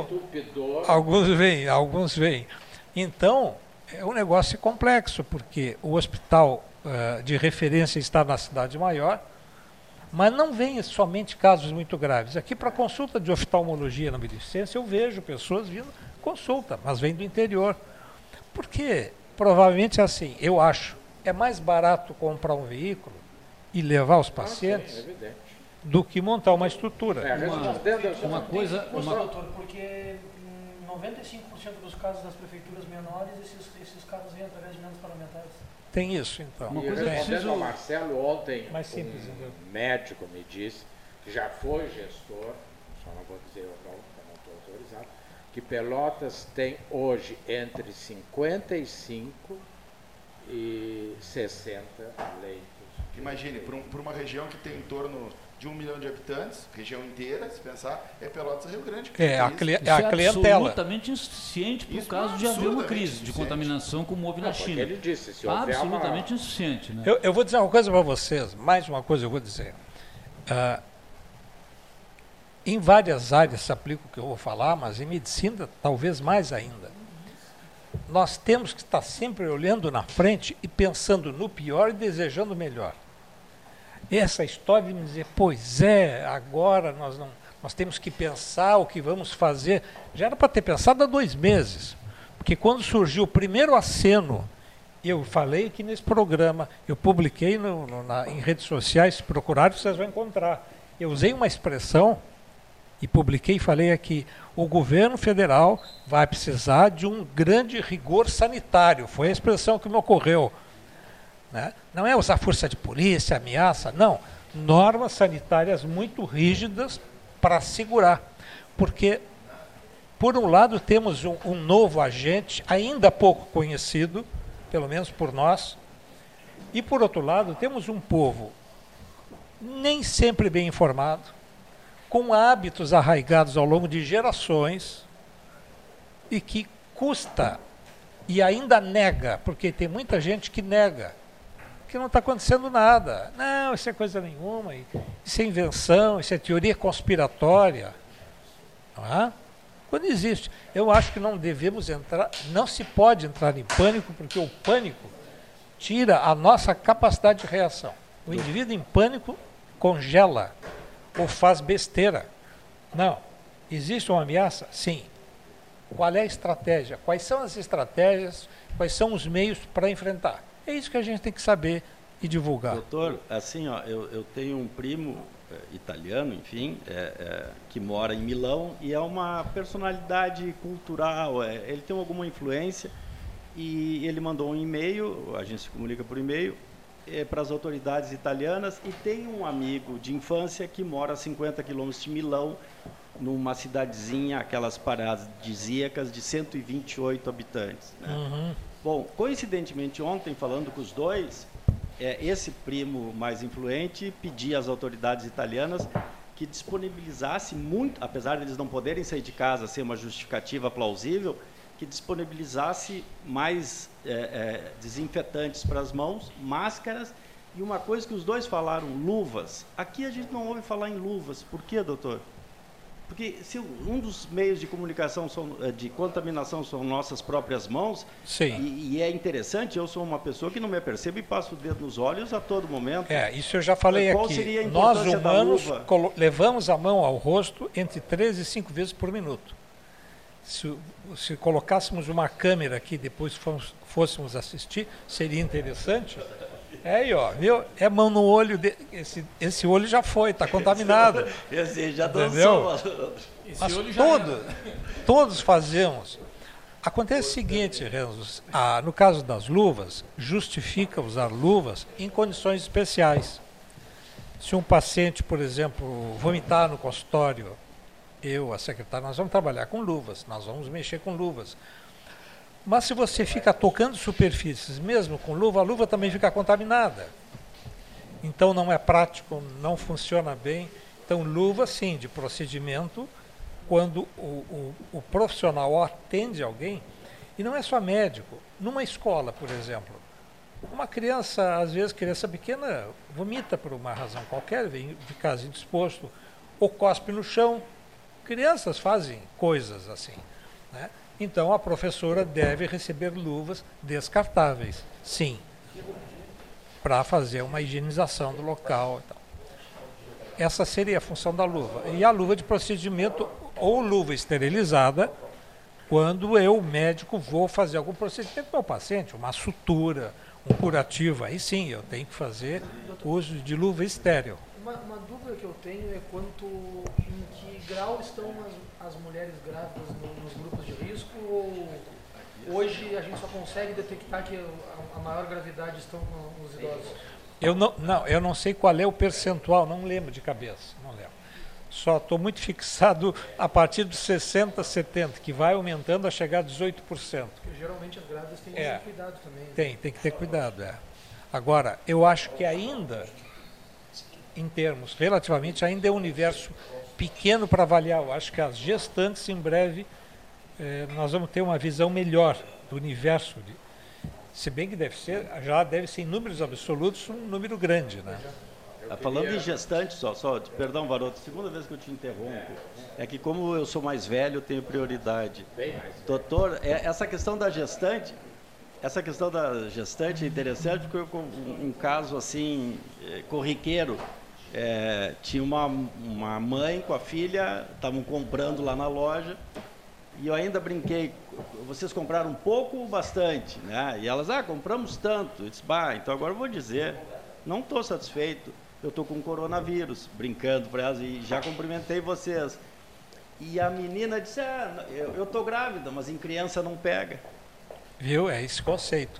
vêm. Então, é um negócio complexo, porque o hospital de referência está na cidade maior, mas não vem somente casos muito graves. Aqui, para consulta de oftalmologia na Beneficência, eu vejo pessoas vindo consulta, mas vêm do interior. Porque, provavelmente, assim, eu acho, é mais barato comprar um veículo e levar os pacientes do que montar uma estrutura. Uma coisa... Doutor, porque 95% dos casos das prefeituras menores, esses casos vêm através de emendas parlamentares. Tem isso, então. Uma coisa respondendo ao Marcelo, ontem um médico me disse, que já foi gestor, só não vou dizer o nome, porque não estou autorizado, que Pelotas tem hoje entre 55 e 60 leitos. Imagine, por uma região que tem em torno de 1 milhão de habitantes, região inteira, se pensar, é Pelotas Rio Grande. É a clientela. É absolutamente insuficiente por causa de haver uma crise de contaminação como houve na China. Ele disse, se houver absolutamente insuficiente. Né? Eu vou dizer uma coisa para vocês, mais uma coisa eu vou dizer. Em várias áreas se aplica o que eu vou falar, mas em medicina talvez mais ainda. Nós temos que estar sempre olhando na frente e pensando no pior e desejando o melhor. Essa história de me dizer, pois é, agora nós temos que pensar o que vamos fazer, já era para ter pensado há 2 meses. Porque quando surgiu o primeiro aceno, eu falei que nesse programa, eu publiquei em redes sociais, se procurarem vocês vão encontrar. Eu usei uma expressão e publiquei e falei aqui, o governo federal vai precisar de um grande rigor sanitário. Foi a expressão que me ocorreu. Né? Não é usar força de polícia, ameaça, não. Normas sanitárias muito rígidas para segurar. Porque, por um lado, temos um novo agente, ainda pouco conhecido, pelo menos por nós, e, por outro lado, temos um povo nem sempre bem informado, com hábitos arraigados ao longo de gerações e que custa e ainda nega, porque tem muita gente que nega, que não está acontecendo nada. Não, isso é coisa nenhuma, isso é invenção, isso é teoria conspiratória. Não é? Quando existe. Eu acho que não devemos entrar, não se pode entrar em pânico, porque o pânico tira a nossa capacidade de reação. O indivíduo em pânico congela ou faz besteira. Não. Existe uma ameaça? Sim. Qual é a estratégia? Quais são as estratégias? Quais são os meios para enfrentar? É isso que a gente tem que saber e divulgar. Doutor, assim, ó, eu tenho um primo italiano, enfim, que mora em Milão e é uma personalidade cultural, ele tem alguma influência e ele mandou um e-mail, a gente se comunica por e-mail, para as autoridades italianas, e tem um amigo de infância que mora a 50 quilômetros de Milão, numa cidadezinha, aquelas paradisíacas de 128 habitantes. Né? Uhum. Bom, coincidentemente, ontem, falando com os dois, esse primo mais influente pedia às autoridades italianas que disponibilizasse muito, apesar de eles não poderem sair de casa sem uma justificativa plausível, que disponibilizasse mais desinfetantes para as mãos, máscaras, e uma coisa que os dois falaram, luvas. Aqui a gente não ouve falar em luvas. Por quê, doutor? Porque se um dos meios de comunicação, de contaminação, são nossas próprias mãos, e é interessante, eu sou uma pessoa que não me apercebo e passo o dedo nos olhos a todo momento. Isso eu já falei Qual aqui. Seria a Nós, importância humanos, da luva? levamos a mão ao rosto entre 3 e 5 vezes por minuto. Se colocássemos uma câmera aqui, depois fôssemos assistir, seria interessante. Aí, ó, viu? É mão no olho, esse olho já foi, está contaminado. Esse já dançou. Mas todos fazemos. Acontece o seguinte, Renzo, no caso das luvas, justifica usar luvas em condições especiais. Se um paciente, por exemplo, vomitar no consultório, a secretária, nós vamos trabalhar com luvas, nós vamos mexer com luvas. Mas se você fica tocando superfícies, mesmo com luva, a luva também fica contaminada. Então não é prático, não funciona bem. Então luva, sim, de procedimento, quando o profissional atende alguém, e não é só médico. Numa escola, por exemplo, uma criança, às vezes criança pequena, vomita por uma razão qualquer, vem de casa indisposto, ou cospe no chão. Crianças fazem coisas assim, né? Então, a professora deve receber luvas descartáveis, sim, para fazer uma higienização do local e tal. Essa seria a função da luva. E a luva de procedimento, ou luva esterilizada, quando eu, médico, vou fazer algum procedimento para o paciente, uma sutura, um curativo, aí sim, eu tenho que fazer uso de luva estéril. Uma dúvida que eu tenho é em que grau estão as mulheres grávidas nos grupos de risco, ou hoje a gente só consegue detectar que a maior gravidade estão nos idosos? Eu não sei qual é o percentual, não lembro de cabeça, não lembro. Só estou muito fixado a partir dos 60, 70, que vai aumentando a chegar a 18%. Porque geralmente as grávidas têm esse cuidado também. Tem que ter cuidado, Agora, eu acho que ainda, em termos, relativamente, ainda é um universo pequeno para avaliar. Eu acho que as gestantes, em breve, nós vamos ter uma visão melhor do universo. Se bem que já deve ser em números absolutos um número grande, né? Falando em gestante, perdão, Varoto, segunda vez que eu te interrompo, é que como eu sou mais velho, eu tenho prioridade. Doutor, essa questão da gestante é interessante, porque eu, um caso assim, corriqueiro, tinha uma mãe com a filha, estavam comprando lá na loja, e eu ainda brinquei, vocês compraram um pouco ou bastante? Né? E elas, compramos tanto. Eu disse, então agora eu vou dizer, não estou satisfeito, eu estou com coronavírus, brincando para elas, e já cumprimentei vocês. E a menina disse, eu estou grávida, mas em criança não pega. Viu? É esse conceito.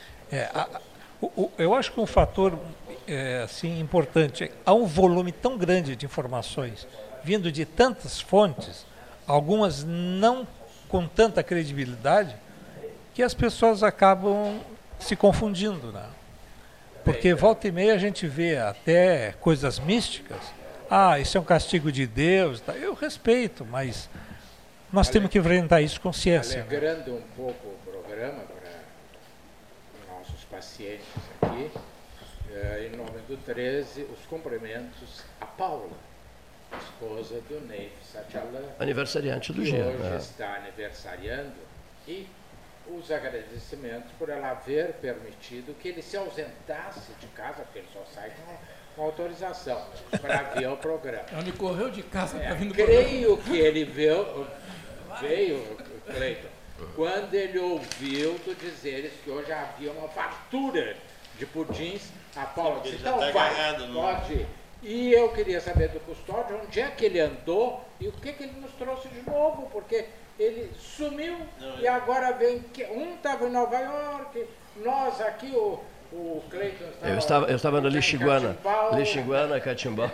Eu acho que um fator assim, importante, há um volume tão grande de informações vindo de tantas fontes, algumas não com tanta credibilidade, que as pessoas acabam se confundindo, né? Porque volta e meia a gente vê até coisas místicas. Isso é um castigo de Deus. Tá? Eu respeito, mas nós temos que enfrentar isso com ciência. Alegrando um pouco o programa para nossos pacientes aqui, em nome do 13, os cumprimentos a Paula, esposa do Neif Satyalan, aniversariante do dia. Hoje está aniversariando, e os agradecimentos por ela haver permitido que ele se ausentasse de casa, porque ele só sai com autorização, para ver o programa. Ele correu de casa para vir no Creio que ele veio, Cleiton, quando ele ouviu tu dizeres que hoje havia uma fartura de pudins. A Paula disse, então pode ir. E eu queria saber do Custódio onde é que ele andou e o que ele nos trouxe de novo, porque ele sumiu e agora vem. Um estava em Nova York, nós aqui, Eu estava no Lixiguana, Catimbau.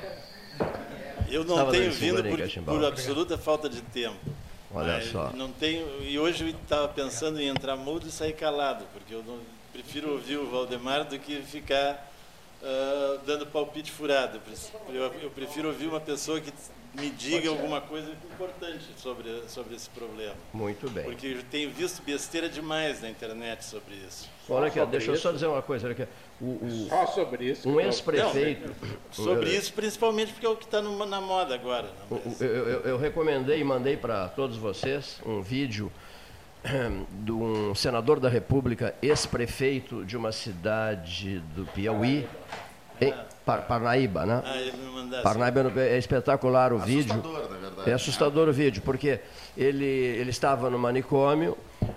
Eu não tenho vindo por absoluta falta de tempo. Olha só. Não tenho, e hoje eu estava pensando em entrar mudo e sair calado, porque eu prefiro ouvir o Valdemar do que ficar dando palpite furado. Eu prefiro ouvir uma pessoa que me diga alguma coisa importante sobre esse problema. Muito bem. Porque eu tenho visto besteira demais na internet sobre isso. Olha aqui, deixa eu só dizer uma coisa. Olha aqui. Só sobre isso. Um ex-prefeito... Sobre isso, principalmente porque é o que está na moda agora. Eu recomendei e mandei para todos vocês um vídeo de um senador da República, ex-prefeito de uma cidade do Piauí, em Parnaíba, né? Ele me mandasse. Parnaíba é espetacular o vídeo. Assustador, na verdade. É assustador o vídeo, porque ele estava no manicômio,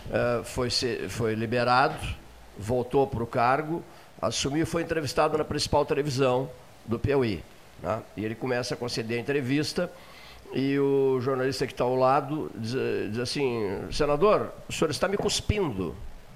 foi liberado, voltou para o cargo, assumiu e foi entrevistado na principal televisão do Piauí. Né? E ele começa a conceder a entrevista e o jornalista que está ao lado diz assim: senador, o senhor está me cuspindo.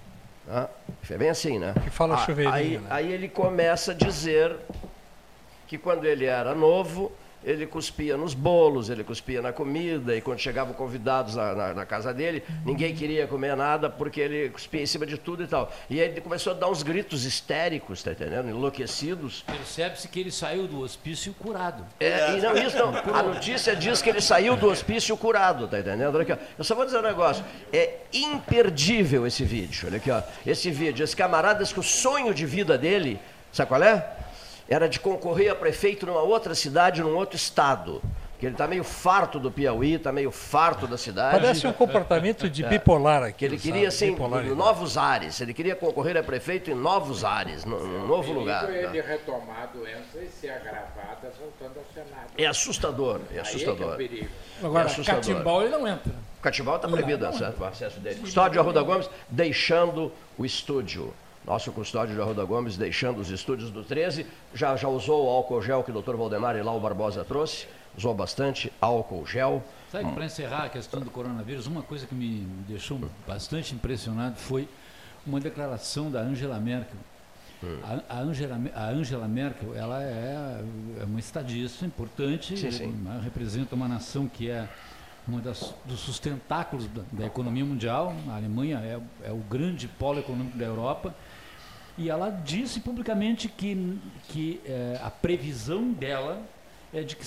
É bem assim, né? Que fala chuveirinho. Aí ele começa a dizer que quando ele era novo, ele cuspia nos bolos, ele cuspia na comida, e quando chegavam convidados na casa dele, ninguém queria comer nada porque ele cuspia em cima de tudo e tal. E aí ele começou a dar uns gritos histéricos, tá entendendo? Enlouquecidos. Percebe-se que ele saiu do hospício curado. Isso não. A notícia diz que ele saiu do hospício curado, tá entendendo? Olha aqui, ó. Eu só vou dizer um negócio. É imperdível esse vídeo. Olha aqui, ó. Esse camarada diz que o sonho de vida dele, sabe qual é? Era de concorrer a prefeito numa outra cidade, num outro estado. Porque ele está meio farto do Piauí, está meio farto da cidade. Parece um comportamento de bipolar aqui. Que ele queria, assim, novos ares. Ele queria concorrer a prefeito em novos ares, num novo lugar. Ele retomar a doença e ser agravada voltando ao Senado. É assustador, é assustador. Aí é que é o perigo. Agora, Catimbau ele não entra. O Catimbau está proibido o acesso dele. Custódio de Arruda Gomes deixando o estúdio. Nosso Custódio de Arruda Gomes deixando os estúdios do 13, já usou o álcool gel que o Dr. Valdemar e Lau Barbosa trouxe, usou bastante álcool gel. Sabe que para encerrar a questão do coronavírus, uma coisa que me deixou bastante impressionado foi uma declaração da Angela Merkel. A Angela Merkel, ela é uma estadista importante, ela representa uma nação que é uma dos sustentáculos da economia mundial. A Alemanha é o grande polo econômico da Europa. E ela disse publicamente que a previsão dela é de que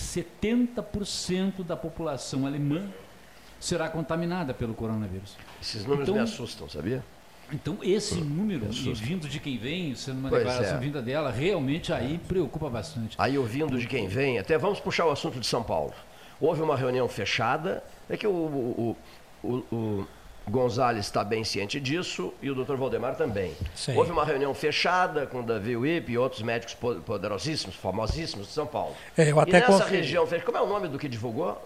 70% da população alemã será contaminada pelo coronavírus. Esses números me assustam, sabia? Então, esse número, e vindo de quem vem, sendo uma declaração vinda dela, realmente aí preocupa bastante. Aí, ouvindo de quem vem, até vamos puxar o assunto de São Paulo. Houve uma reunião fechada, é que o Gonzalez está bem ciente disso e o Dr. Valdemar também. Sim. Houve uma reunião fechada com o Davi Wip e outros médicos poderosíssimos, famosíssimos de São Paulo. Eu até nessa região, como é o nome do que divulgou?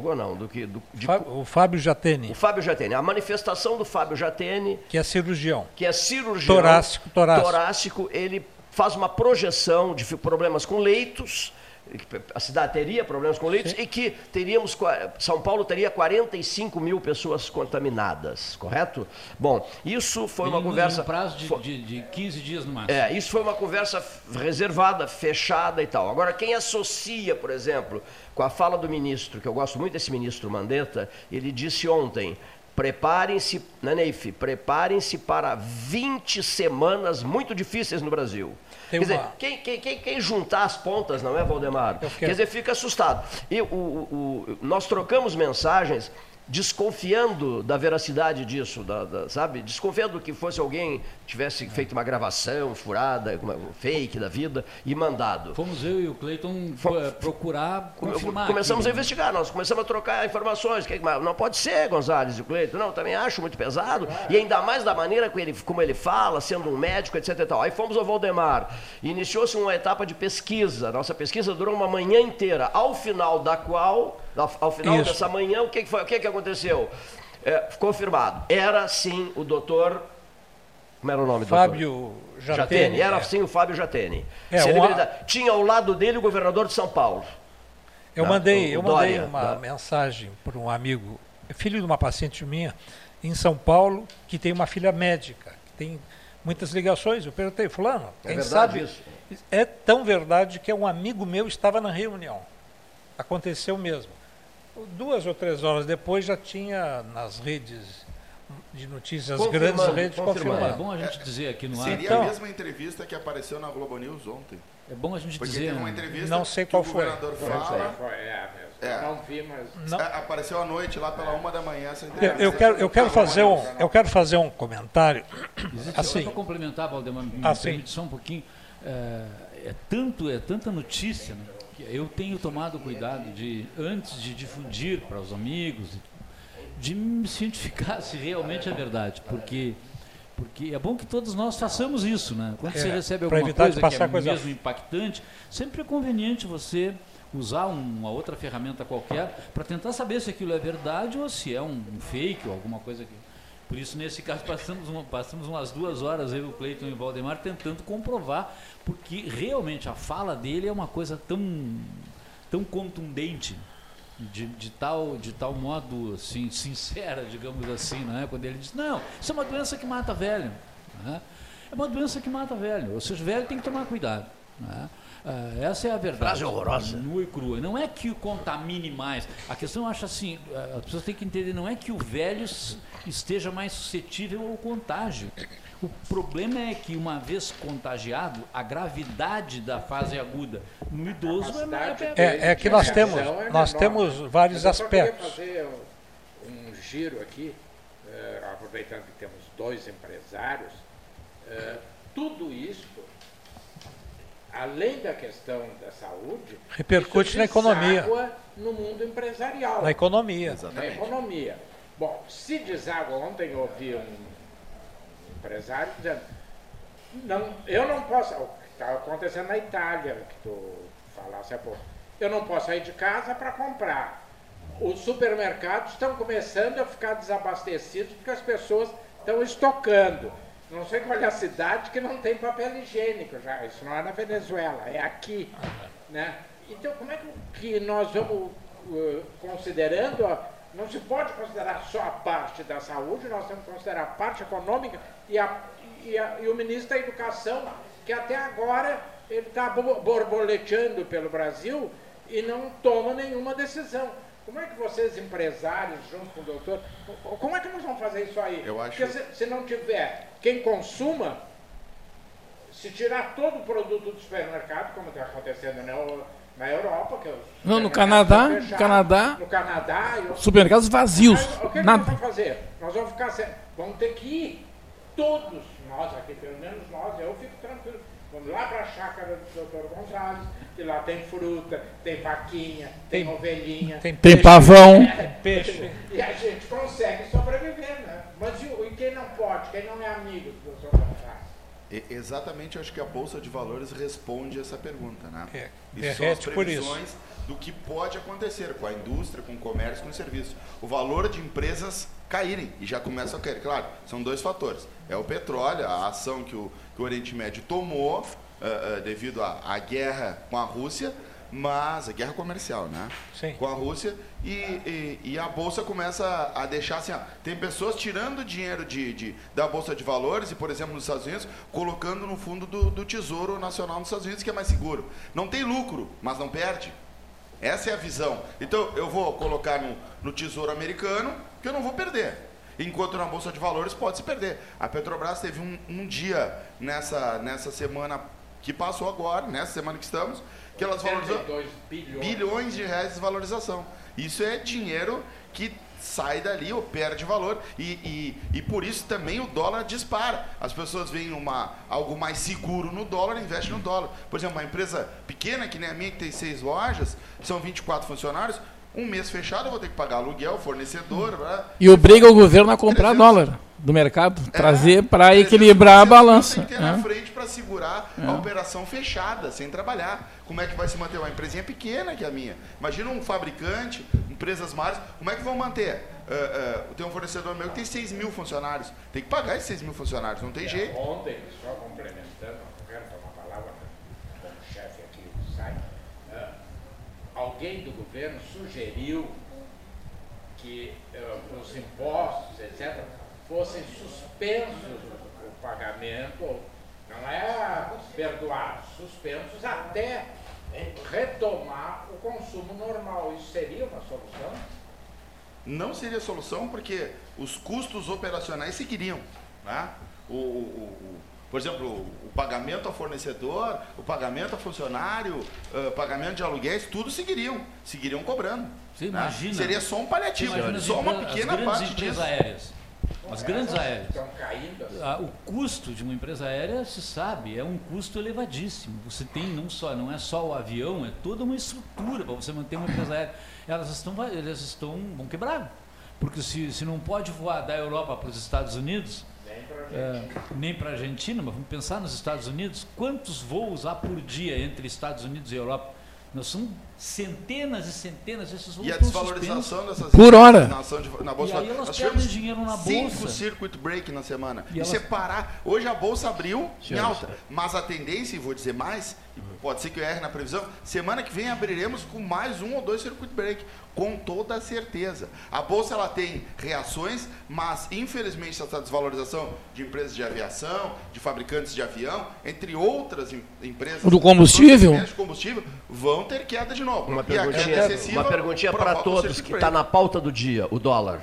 O Fábio Jatene. O Fábio Jatene. A manifestação do Fábio Jatene... Que é cirurgião. Torácico. Ele faz uma projeção de problemas com leitos. A cidade teria problemas com leitos e que São Paulo teria 45 mil pessoas contaminadas, correto? Bom, isso foi uma conversa... Um prazo de 15 dias no máximo. Isso foi uma conversa reservada, fechada e tal. Agora, quem associa, por exemplo, com a fala do ministro, que eu gosto muito desse ministro Mandetta, ele disse ontem: preparem-se para 20 semanas muito difíceis no Brasil. Quer dizer, quem juntar as pontas, não é, Valdemar? Quer dizer, fica assustado. E nós trocamos mensagens desconfiando da veracidade disso, sabe? Desconfiando que fosse alguém que tivesse feito uma gravação furada, fake da vida e mandado. Fomos eu e o Cleiton procurar confirmar. Começamos a investigar, nós começamos a trocar informações. Não pode ser, Gonzalez e o Cleiton. Não, também acho muito pesado. E ainda mais da maneira como ele fala, sendo um médico, etc. E tal. Aí fomos ao Valdemar. Iniciou-se uma etapa de pesquisa. Nossa pesquisa durou uma manhã inteira, ao final dessa manhã, o que aconteceu? Confirmado. Era sim o doutor... Como era o nome do Fábio Jatene. Era sim o Fábio Jatene. Tinha ao lado dele o governador de São Paulo. Eu mandei uma mensagem para um amigo, filho de uma paciente minha, em São Paulo, que tem uma filha médica, que tem muitas ligações. Eu perguntei, fulano, quem sabe... Isso. É tão verdade que um amigo meu estava na reunião. Aconteceu mesmo. 2 ou 3 horas depois já tinha nas redes de notícias, as grandes redes confirmando. É bom a gente dizer aqui no ar. Seria então, a mesma entrevista que apareceu na Globo News ontem. É bom a gente porque dizer. Teve uma entrevista não sei qual que o governador fala. Não vi, mas não. Apareceu à noite lá pela 1 da manhã essa entrevista. Eu quero fazer um comentário. Assim, só para complementar, Valdemar, me permite só um pouquinho. É tanta notícia, né, que eu tenho tomado cuidado de, antes de difundir para os amigos, de me cientificar se realmente é verdade, porque é bom que todos nós façamos isso, né? Quando você recebe alguma coisa que é mesmo impactante, sempre é conveniente você usar uma outra ferramenta qualquer para tentar saber se aquilo é verdade ou se é um fake ou alguma coisa que... Por isso, nesse caso, passamos umas 2 horas, eu, o Cleiton e o Valdemar, tentando comprovar, porque realmente a fala dele é uma coisa tão contundente, de tal modo assim, sincera, digamos assim, né? Quando ele diz, não, isso é uma doença que mata velho. Né? É uma doença que mata velho, ou seja, velho tem que tomar cuidado. Né? Essa é a verdade. Frase horrorosa. Nua e crua. Não é que o contamine mais. A questão, eu acho assim, as pessoas têm que entender, não é que o velho esteja mais suscetível ao contágio. O problema é que, uma vez contagiado, a gravidade da fase aguda no idoso é que nós temos vários aspectos. Eu queria fazer um giro aqui, aproveitando que temos 2 empresários. Tudo isso, além da questão da saúde, repercute na economia, no mundo empresarial, na economia. Exatamente. Na economia. Bom, se deságua, ontem eu ouvi um empresário dizendo, eu não posso, o que está acontecendo na Itália, que tu falasse há pouco, eu não posso sair de casa para comprar. Os supermercados estão começando a ficar desabastecidos porque as pessoas estão estocando. Não sei qual é a cidade que não tem papel higiênico já. Isso não é na Venezuela, é aqui. Né? Então, como é que nós vamos considerando... Não se pode considerar só a parte da saúde, nós temos que considerar a parte econômica e o ministro da Educação, que até agora ele está borboleteando pelo Brasil e não toma nenhuma decisão. Como é que vocês, empresários, junto com o doutor, como é que nós vamos fazer isso aí? Porque se não tiver quem consuma, se tirar todo o produto do supermercado, como está acontecendo na Europa, que não, no Canadá, supermercados vazios. O que nós vamos fazer? Nós vamos vamos ter que ir, todos nós aqui, pelo menos nós, eu fico tranquilo. Vamos lá para a chácara do doutor Gonzalez, que lá tem fruta, tem vaquinha, tem ovelhinha, tem pavão, peixe. E a gente consegue sobreviver, né? Mas e quem não pode, quem não é amigo do doutor Gonzalez? Exatamente, eu acho que a Bolsa de Valores responde essa pergunta, né? E são as previsões do que pode acontecer com a indústria, com o comércio, com o serviço. O valor de empresas caírem e já começam a cair. Claro, são 2 fatores. É o petróleo, a ação que o Oriente Médio tomou devido à guerra com a Rússia, mas a guerra comercial, né? Sim. Com a Rússia, e a Bolsa começa a deixar assim, tem pessoas tirando dinheiro da Bolsa de Valores e, por exemplo, nos Estados Unidos, colocando no fundo do Tesouro Nacional nos Estados Unidos, que é mais seguro. Não tem lucro, mas não perde. Essa é a visão. Então, eu vou colocar no Tesouro Americano, que eu não vou perder. Enquanto na Bolsa de Valores pode se perder. A Petrobras teve um dia nessa semana que passou agora, nessa semana que estamos, que elas valorizam bilhões de reais de valorização. Isso é dinheiro que sai dali ou perde valor. E por isso também o dólar dispara. As pessoas veem algo mais seguro no dólar e investem no dólar. Por exemplo, uma empresa pequena, que nem a minha, que tem 6 lojas, são 24 funcionários, um mês fechado eu vou ter que pagar aluguel, fornecedor... E obriga o governo a comprar dólar do mercado, trazer para equilibrar a balança. Tem que ter na frente para segurar a operação fechada, sem trabalhar. Como é que vai se manter? Uma empresinha pequena que é a minha. Imagina um fabricante, empresas maiores, como é que vão manter? Tem um fornecedor meu que tem 6 mil funcionários. Tem que pagar esses 6 mil funcionários, não tem jeito. Ontem, só complementando, não quero tomar a palavra como chefe aqui do site, alguém do governo sugeriu que os impostos, etc., fossem suspensos pagamento, não é perdoados, suspensos até retomar o consumo normal. Isso seria uma solução? Não seria solução, porque os custos operacionais seguiriam, né? Por exemplo, o pagamento a fornecedor, o pagamento a funcionário, pagamento de aluguéis, tudo seguiriam cobrando. Você imagina? Né? Seria só um paliativo, só uma pequena parte disso. As grandes aéreas. O custo de uma empresa aérea, se sabe, é um custo elevadíssimo. Você tem não é só o avião, é toda uma estrutura para você manter uma empresa aérea. Elas vão quebrar. Porque se não pode voar da Europa para os Estados Unidos, nem para a Argentina, mas vamos pensar nos Estados Unidos, quantos voos há por dia entre Estados Unidos e Europa? Nós são centenas e centenas desses voos. E a desvalorização dessas por hora na bolsa. E aí elas perdem dinheiro na bolsa. 5 circuit break na semana. E separar. Hoje a bolsa abriu em alta, mas a tendência, e vou dizer mais, pode ser que eu erre na previsão, semana que vem abriremos com mais 1 ou 2 circuit break, com toda certeza. A bolsa ela tem reações, mas infelizmente essa desvalorização de empresas de aviação, de fabricantes de avião, entre outras empresas do combustível, de combustível, vão ter queda de novo. Uma perguntinha para todos que está na pauta do dia, o dólar.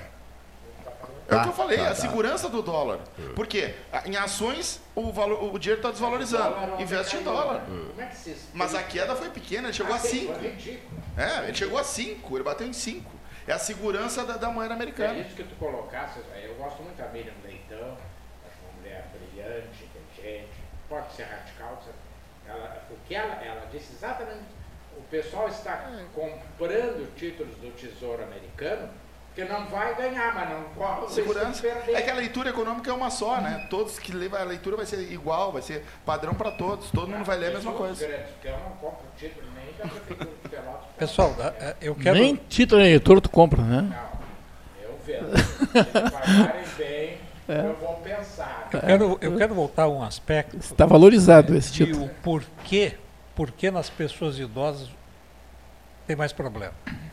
É o que eu falei, a segurança do dólar. Porque em ações o dinheiro está desvalorizando. Investe em dólar. Mas a queda foi pequena, ele chegou a 5. Ele chegou a 5, ele bateu em 5. É a segurança da moeda americana. É isso que tu colocaste, eu gosto muito da Miriam Leitão, acho uma mulher brilhante, inteligente, pode ser radical. O que ela disse exatamente, o pessoal está comprando títulos do Tesouro Americano, porque não vai ganhar, mas não corre segurança. É que a leitura econômica é uma só, né? Todos que levam a leitura vai ser igual, vai ser padrão para todos. Todo mundo vai ler a mesma coisa. Eu não compro título nem da Prefeitura de Pelotas. Pessoal, eu quero... Nem título de eleitor tu compra, né? Não, eu vendo. Se eles pagarem bem, eu vou pensar. Eu quero voltar a um aspecto... Está valorizado esse título. O porquê nas pessoas idosas tem mais problema.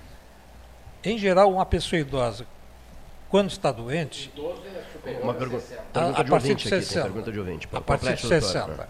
Em geral, uma pessoa idosa, quando está doente... Uma pergunta a partir de 60. Pergunta de ouvinte. A partir de 60.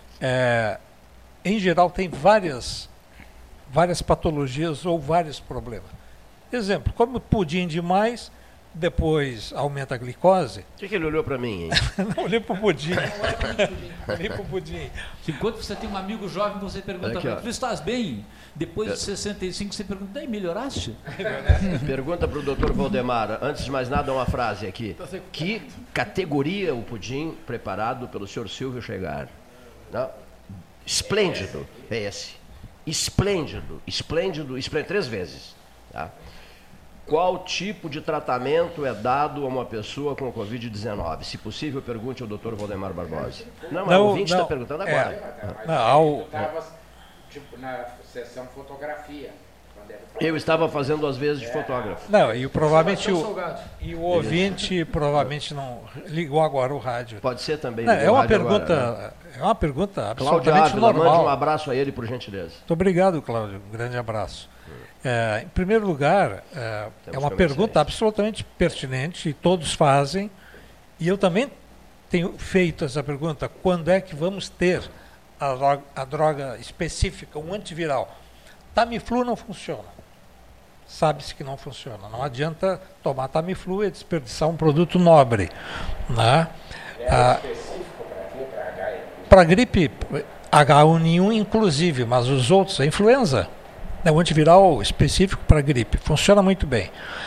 Em geral, tem várias patologias ou vários problemas. Exemplo, come pudim demais, depois aumenta a glicose. O que ele olhou para mim, hein? Não, olhei para o pudim. Olhei para o pudim. Enquanto você tem um amigo jovem, você pergunta para ele, tu estás bem? Depois de 65, você pergunta, daí melhoraste? Pergunta para o doutor Valdemar, antes de mais nada, uma frase aqui. Que categoria o pudim preparado pelo senhor Silvio Chegar? Não? Esplêndido, é esse. Esplêndido, 3 vezes. Tá? Qual tipo de tratamento é dado a uma pessoa com Covid-19? Se possível, pergunte ao doutor Valdemar Barbosa. Não, o ouvinte está perguntando agora. Tipo, na sessão fotografia. Eu estava fazendo às vezes de fotógrafo. Não, e provavelmente o ouvinte provavelmente não ligou agora o rádio. Pode ser também. Não, é uma pergunta absolutamente Cláudio Ávila, normal. mande um abraço a ele, por gentileza. Muito obrigado, Cláudio. Um grande abraço. Em primeiro lugar, é uma pergunta absolutamente pertinente e todos fazem. E eu também tenho feito essa pergunta: quando é que vamos ter a droga específica, um antiviral? Tamiflu não funciona. Sabe-se que não funciona. Não adianta tomar Tamiflu e desperdiçar um produto nobre. Né? Específico para gripe H1N1 inclusive, mas os outros, a influenza, é um antiviral específico para gripe. Funciona muito bem.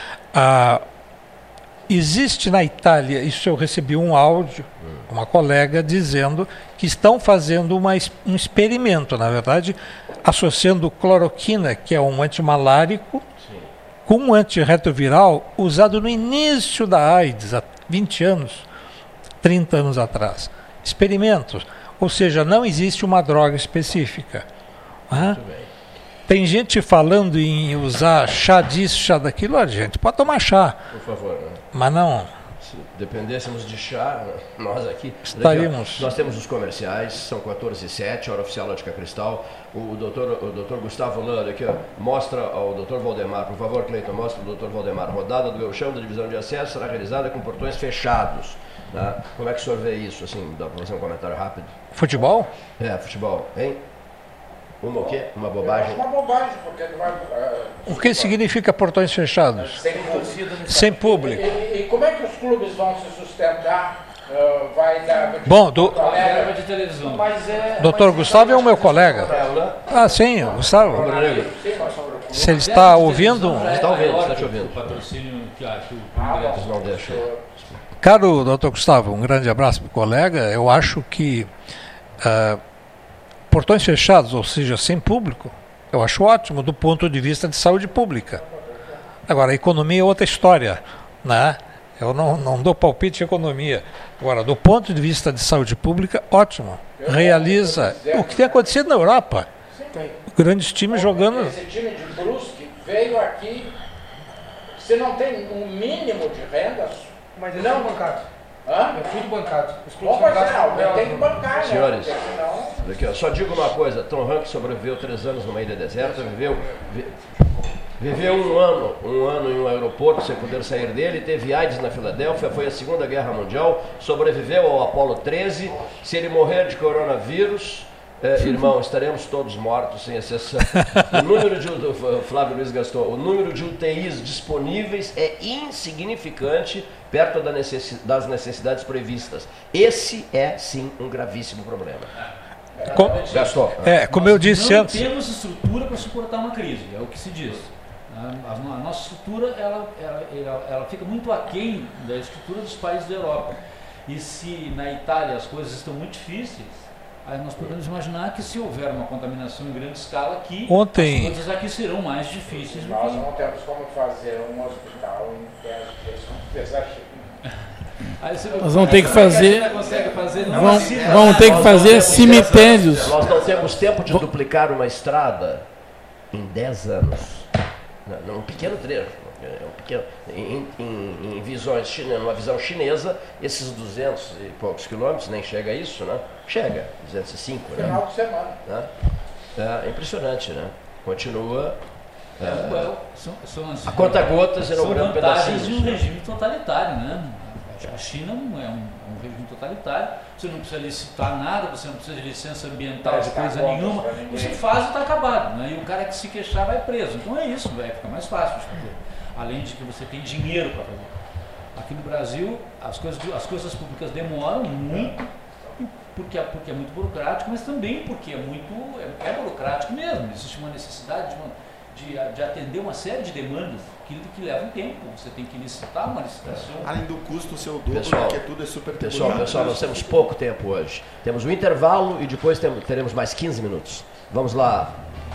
Existe na Itália, isso eu recebi um áudio, uma colega dizendo que estão fazendo um experimento, na verdade, associando cloroquina, que é um antimalárico, com um antirretroviral usado no início da AIDS, há 20 anos, 30 anos atrás. Experimentos. Ou seja, não existe uma droga específica. Tem gente falando em usar chá disso, chá daquilo. A gente pode tomar chá. Por favor. Né? Mas não. Se dependêssemos de chá, nós aqui... Estaríamos... Nós temos os comerciais, são 14h07, hora oficial Ótica Cristal. O doutor Gustavo Landa aqui, ó, mostra ao doutor Valdemar, por favor, Cleiton, mostra ao doutor Valdemar. Rodada do Gauchão da divisão de acesso será realizada com portões fechados. Tá? Como é que o senhor vê isso? Assim, dá para fazer um comentário rápido? Futebol? Futebol, hein? Uma o quê? Uma bobagem? Uma bobagem, porque não vai... O que significa portões fechados? Sem público. E como é que os clubes vão se sustentar? Vai dar... Bom, de televisão. Doutor Gustavo é o meu colega. Ah, sim, o Gustavo. Se ele está ouvindo... Está te ouvindo. O patrocínio que não deixa. Caro doutor Gustavo, um grande abraço para o colega. Eu acho que portões fechados, ou seja, sem público, eu acho ótimo do ponto de vista de saúde pública. Agora, a economia é outra história, né? Eu não dou palpite em economia. Agora, do ponto de vista de saúde pública, ótimo. Realiza o que tem acontecido na Europa. Grandes times jogando... Esse time de Brusque veio aqui, se não tem um mínimo de rendas... Mas eles são bancados. Hã? É tudo bancado. Alguém tem que bancar, né? Senhores, aqui, ó, só digo uma coisa. Tom Hanks sobreviveu 3 anos numa ilha deserta, viveu um ano em um aeroporto sem poder sair dele, teve AIDS na Filadélfia, foi a Segunda Guerra Mundial, sobreviveu ao Apollo 13. Se ele morrer de coronavírus... irmão, estaremos todos mortos, sem exceção. O número de... Flávio Luiz gastou. O número de UTIs disponíveis é insignificante perto das necessidades previstas. Esse é, sim, um gravíssimo problema. Gastou. Como eu disse não antes... Não temos estrutura para suportar uma crise, é o que se diz. A nossa estrutura, ela fica muito aquém da estrutura dos países da Europa. E se na Itália as coisas estão muito difíceis... Aí nós podemos imaginar que se houver uma contaminação em grande escala aqui, as coisas aqui serão mais difíceis do que... Nós não temos como fazer um hospital em 10 dias com pesar. Nós vamos ter que fazer... Vamos ter que fazer cemitérios. Nós não temos tempo de duplicar uma estrada em 10 anos. Num pequeno trecho. Em visões chinesas, numa visão chinesa, esses 200 e poucos quilômetros, nem chega a isso, né? Chega, 205, né? Final de semana. É impressionante, né? Continua a conta-gotas inaugurando pedacinhos. São vantagens de um regime totalitário, né? A China é um regime totalitário, você não precisa licitar nada, você não precisa de licença ambiental de coisa nenhuma, você faz e está acabado, né? E o cara que se queixar vai preso. Então é isso, fica mais fácil de fazer. Além de que você tem dinheiro para fazer. Aqui no Brasil, as coisas públicas demoram muito, porque é muito burocrático, mas também porque é burocrático mesmo. Existe uma necessidade de atender uma série de demandas que levam tempo. Você tem que licitar uma licitação. Além do custo, o seu dobro, porque tudo é super pessoal, nós temos pouco tempo hoje. Temos um intervalo e depois teremos mais 15 minutos. Vamos lá.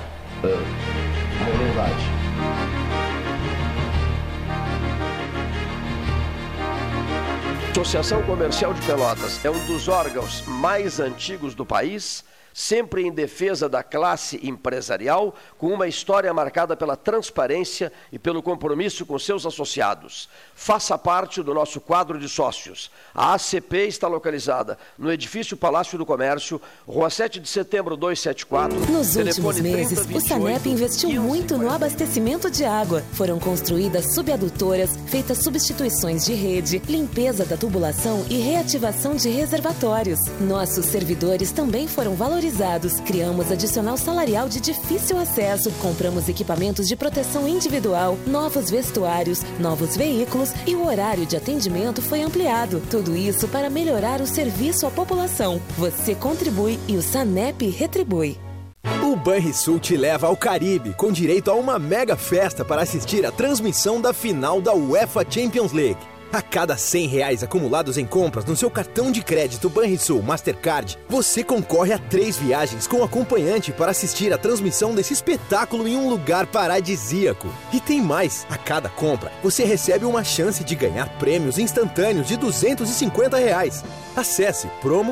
Associação Comercial de Pelotas é um dos órgãos mais antigos do país, sempre em defesa da classe empresarial, com uma história marcada pela transparência e pelo compromisso com seus associados. Faça parte do nosso quadro de sócios. A ACP está localizada no edifício Palácio do Comércio, Rua 7 de Setembro 274. Nos últimos meses, o Sanep investiu muito no abastecimento de água. Foram construídas subadutoras, feitas substituições de rede, limpeza da tubulação e reativação de reservatórios. Nossos servidores também foram valorizados. Criamos adicional salarial de difícil acesso, compramos equipamentos de proteção individual, novos vestuários, novos veículos e o horário de atendimento foi ampliado. Tudo isso para melhorar o serviço à população. Você contribui e o Sanep retribui. O Banrisul te leva ao Caribe, com direito a uma mega festa para assistir à transmissão da final da UEFA Champions League. A cada R$100 acumulados em compras no seu cartão de crédito Banrisul Mastercard, você concorre a 3 viagens com acompanhante para assistir a transmissão desse espetáculo em um lugar paradisíaco. E tem mais, a cada compra, você recebe uma chance de ganhar prêmios instantâneos de R$250. Acesse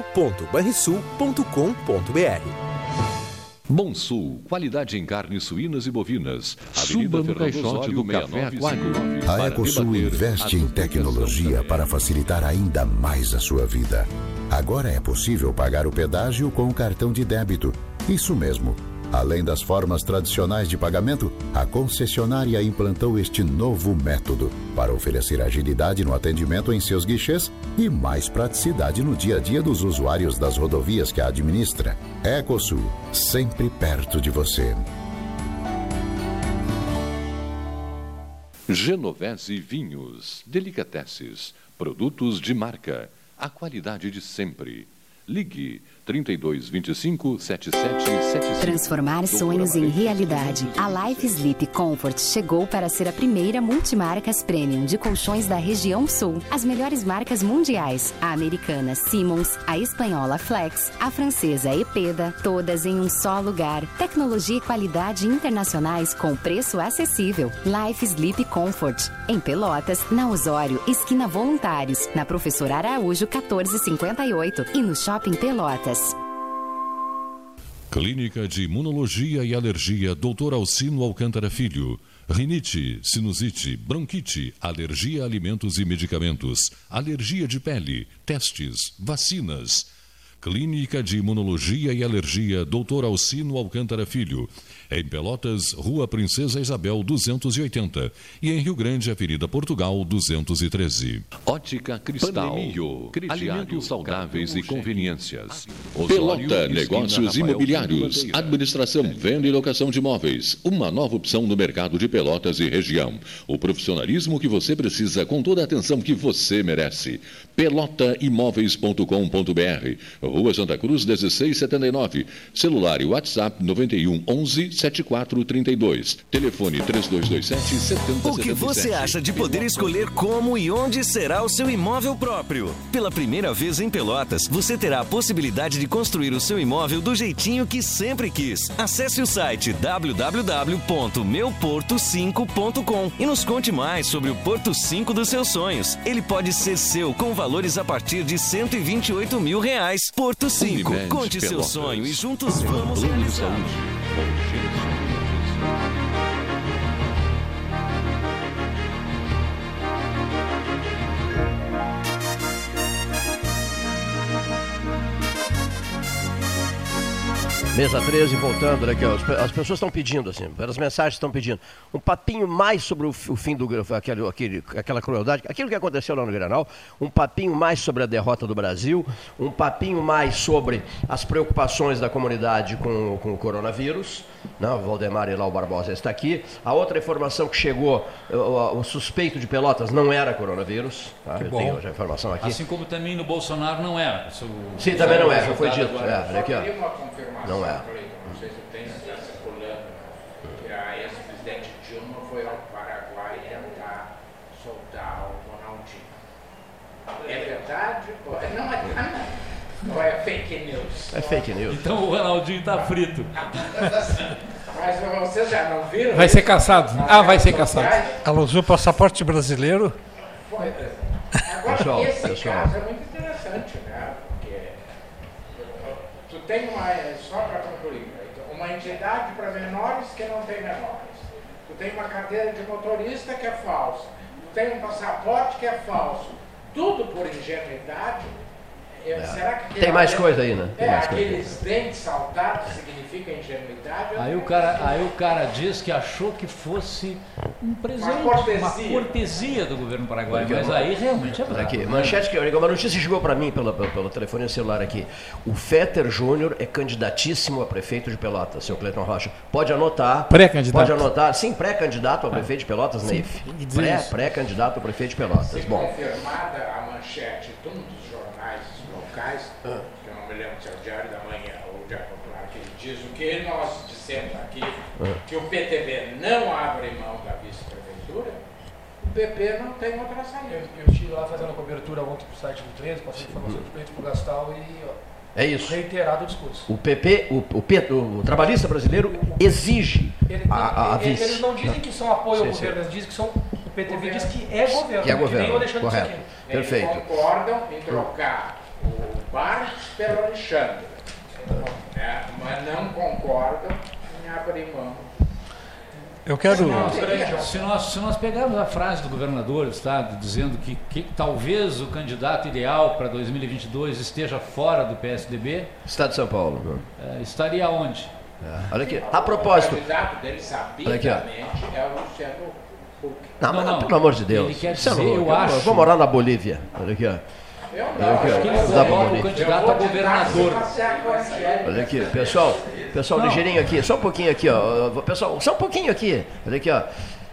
promo.banrisul.com.br. Monsul, qualidade em carnes suínas e bovinas. Suba no caixote do Café Aquário. A Ecosul investe em tecnologia para facilitar ainda mais a sua vida. Agora é possível pagar o pedágio com o cartão de débito. Isso mesmo. Além das formas tradicionais de pagamento, a concessionária implantou este novo método para oferecer agilidade no atendimento em seus guichês e mais praticidade no dia a dia dos usuários das rodovias que a administra. Ecosul, sempre perto de você. Genovese Vinhos, delicateces, produtos de marca, a qualidade de sempre. Ligue 3225-7775. Transformar sonhos em realidade. A Life Sleep Comfort chegou para ser a primeira multimarcas premium de colchões da região sul. As melhores marcas mundiais. A americana Simmons, a espanhola Flex, a francesa Epeda, todas em um só lugar. Tecnologia e qualidade internacionais com preço acessível. Life Sleep Comfort. Em Pelotas, na Osório, esquina Voluntários, na Professor Araújo 1458 e no Shopping Pelotas. Clínica de Imunologia e Alergia Dr. Alcino Alcântara Filho. Rinite, sinusite, bronquite, alergia a alimentos e medicamentos, alergia de pele, testes, vacinas. Clínica de Imunologia e Alergia Dr. Alcino Alcântara Filho. Em Pelotas, Rua Princesa Isabel 280 e em Rio Grande, Avenida Portugal 213. Ótica Cristal, alimentos saudáveis e conveniências. Pelota Negócios Imobiliários, administração, venda e locação de imóveis. Uma nova opção no mercado de Pelotas e região. O profissionalismo que você precisa com toda a atenção que você merece. Pelotaimóveis.com.br, Rua Santa Cruz 1679, celular e WhatsApp 91 11 7432, telefone 3227-7077. O que você acha de poder escolher como e onde será o seu imóvel próprio? Pela primeira vez em Pelotas, você terá a possibilidade de construir o seu imóvel do jeitinho que sempre quis. Acesse o site www.meuporto5.com e nos conte mais sobre o Porto 5 dos seus sonhos. Ele pode ser seu com valores a partir de R$128 mil. Porto 5, conte seu sonho e juntos vamos realizar. Mesa 13, voltando, né, que as pessoas estão pedindo, assim, as mensagens estão pedindo um papinho mais sobre o fim do aquela crueldade, aquilo que aconteceu lá no Grenal, um papinho mais sobre a derrota do Brasil, um papinho mais sobre as preocupações da comunidade com o coronavírus. Não, o Valdemar Ilau Barbosa está aqui. A outra informação que chegou, o suspeito de Pelotas não era coronavírus. Tá? Eu tenho a informação aqui. Assim como também no Bolsonaro não era. Sim, também não é, já foi dito. Olha aqui, ó. Não é. Não sei se tem, está circulando que a ex-presidente Dilma foi ao Paraguai tentar soltar o Ronaldinho. É verdade? Não é nada. Ou é fake news? É fake news. Então o Ronaldinho está frito. Mas vocês já não viram? Vai ser caçado. Vai ser caçado. Ela usou o passaporte brasileiro? Agora, esse caso é muito interessante, né? Porque tu tem só para concluir, uma entidade para menores que não tem menores. Tu tem uma carteira de motorista que é falsa. Tu tem um passaporte que é falso. Tudo por ingenuidade. Será que tem mais coisa aí, né? Aqueles dentes saltados significa ingenuidade? Aí o cara diz que achou que fosse um presente, uma cortesia do governo paraguaio, mas aí realmente é bravo. Aqui, manchete, uma notícia chegou para mim pelo telefone celular aqui. O Fetter Júnior é candidatíssimo a prefeito de Pelotas, seu Cleiton Rocha. Pode anotar. Pré-candidato. Pode anotar. Sim, pré-candidato a prefeito de Pelotas, Neif. Pré-candidato a prefeito de Pelotas. Bom. Confirmada a manchete de um dos jornais locais, que eu não me lembro se é o Diário da Manhã ou o Diário Popular, que ele diz o que nós dissemos aqui, que o PTB não abre mão da vice-prefeitura, o PP não tem outra saída. Eu estive lá fazendo a cobertura ontem para o site do 13, passei informação do pleito para o Gastal e é isso. Reiterado o discurso. O PP, o trabalhista brasileiro exige a vice. Eles não dizem que são apoio ao governo, eles dizem que são. O PTB diz que é governo. Que é governo, correto. Perfeito. Eles concordam em trocar o Barros pelo Alexandre, mas não concordam em abrir mão. Eu quero. Se nós pegarmos a frase do governador do estado dizendo que talvez o candidato ideal para 2022 esteja fora do PSDB. Estado de São Paulo. Estaria onde? Olha aqui, a propósito. O candidato dele sabidamente é o Luciano Huck. Não, pelo amor de Deus. Ele quer dizer, eu acho. Eu vou morar na Bolívia. Olha aqui, ó. Acho que ele coloca o candidato a governador. Olha aqui, pessoal ligeirinho aqui, só um pouquinho aqui, ó. Pessoal, só um pouquinho aqui. Olha aqui, ó.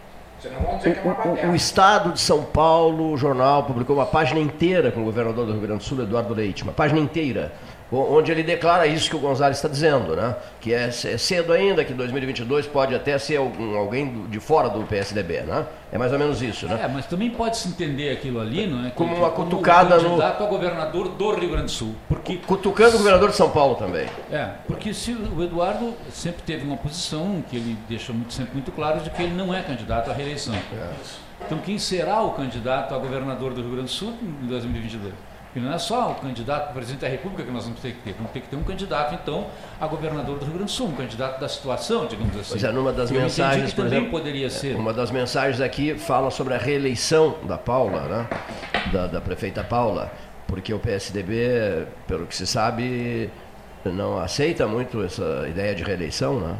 O Estado de São Paulo, o jornal, publicou uma página inteira com o governador do Rio Grande do Sul, Eduardo Leite, uma página inteira, onde ele declara isso que o Gonzalez está dizendo, né? Que é cedo ainda, que 2022 pode até ser alguém de fora do PSDB, né? É mais ou menos isso, né? Mas também pode-se entender aquilo ali, não é? Como uma cutucada no candidato a governador do Rio Grande do Sul. Porque, cutucando o governador de São Paulo também. Porque se o Eduardo sempre teve uma posição que ele deixa sempre muito claro de que ele não é candidato à reeleição. Então quem será o candidato a governador do Rio Grande do Sul em 2022? E não é só o candidato a presidente da República que nós vamos ter que ter. Vamos ter que ter um candidato, então, a governador do Rio Grande do Sul, um candidato da situação, digamos assim. Pois é, numa das mensagens, por exemplo, poderia ser. Uma das mensagens aqui fala sobre a reeleição da Paula, né? Da prefeita Paula, porque o PSDB, pelo que se sabe, não aceita muito essa ideia de reeleição, né?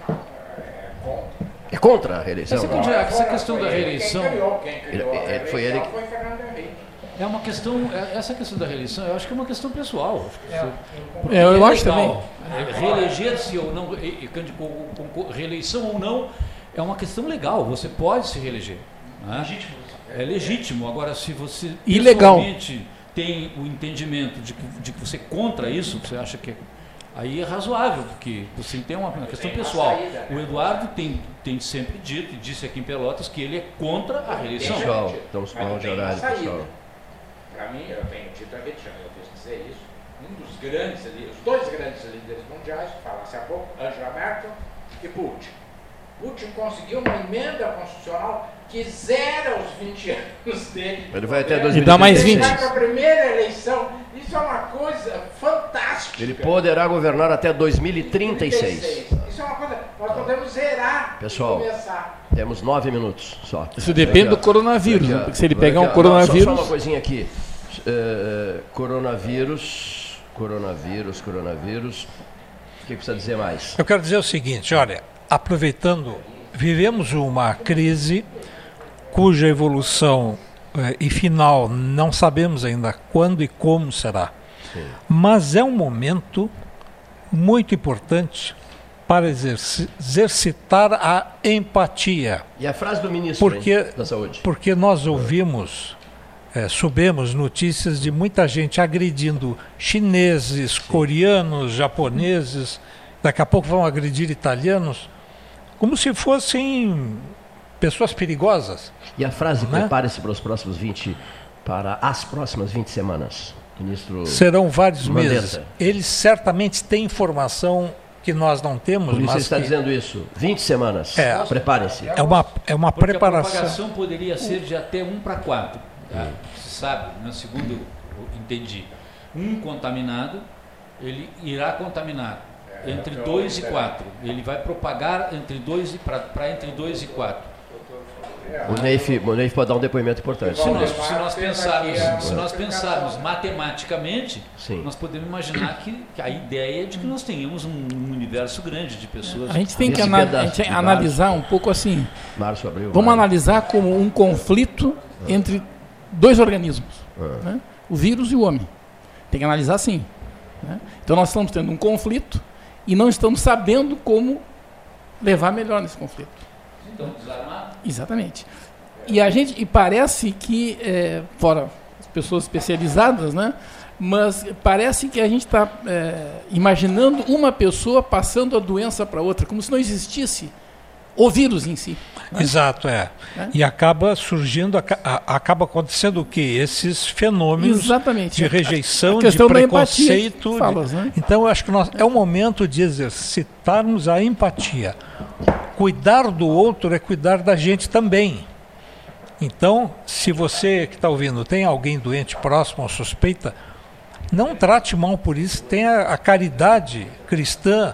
É contra a reeleição. Essa questão da reeleição... Foi ele que... É uma questão, essa questão da reeleição, eu acho que é uma questão pessoal. Eu acho também. Reeleger-se ou não, reeleição ou não, é uma questão legal. Você pode se reeleger. Né? É legítimo. Agora, se você pessoalmente tem o entendimento de que você é contra isso, você acha que aí é razoável, porque você tem uma questão pessoal. O Eduardo tem sempre dito, e disse aqui em Pelotas, que ele é contra a reeleição. Pessoal, estamos com de horário, pessoal. Para mim, eu tenho dito aqui, eu pesquisei isso, os dois grandes líderes mundiais, falasse há pouco, Angela Merkel e Putin. Putin conseguiu uma emenda constitucional que zera os 20 anos dele. Ele vai até 2026. E dá mais 20. Ele vai para a primeira eleição. Isso é uma coisa fantástica. Ele poderá governar até 2036. Isso é uma coisa, nós podemos zerar. Pessoal, começar. Temos 9 minutos só. Isso depende do coronavírus, né? Porque se ele pegar um coronavírus... Só uma coisinha aqui. Coronavírus. O que precisa dizer mais? Eu quero dizer o seguinte, olha, aproveitando, vivemos uma crise cuja evolução e final não sabemos ainda quando e como será. Sim. Mas é um momento muito importante para exercitar a empatia. E a frase do ministro da Saúde? Porque nós ouvimos, soubemos notícias de muita gente agredindo chineses, coreanos, japoneses, daqui a pouco vão agredir italianos, como se fossem pessoas perigosas. E a frase, prepare-se para as próximas 20 semanas, ministro. Serão vários meses. Eles certamente têm informação que nós não temos. Por isso você está dizendo isso. 20 semanas. Preparem-se. É uma preparação. A propagação poderia ser de até 1 para 4. Você sabe, né? Segundo eu entendi. Um contaminado, ele irá contaminar entre 2 e 4. Ele vai propagar entre 2 e 4. O Neif pode dar um depoimento importante. Se nós pensarmos matematicamente, sim, nós podemos imaginar que a ideia é de que nós tenhamos um universo grande de pessoas. A gente tem que analisar um pouco assim. Vamos analisar como um conflito entre dois organismos, né? O vírus e o homem. Tem que analisar assim, né? Então nós estamos tendo um conflito e não estamos sabendo como levar melhor nesse conflito. Então, desarmar? Exatamente. E parece que, fora as pessoas especializadas, né? Mas parece que a gente está imaginando uma pessoa passando a doença para outra, como se não existisse o vírus em si. Né? Exato, E acaba surgindo, acaba acontecendo o quê? Esses fenômenos exatamente, de rejeição, de preconceito. Né? Então, eu acho que é o momento de exercitarmos a empatia. Cuidar do outro é cuidar da gente também. Então, se você que está ouvindo tem alguém doente próximo ou suspeita, não trate mal por isso, tenha a caridade cristã,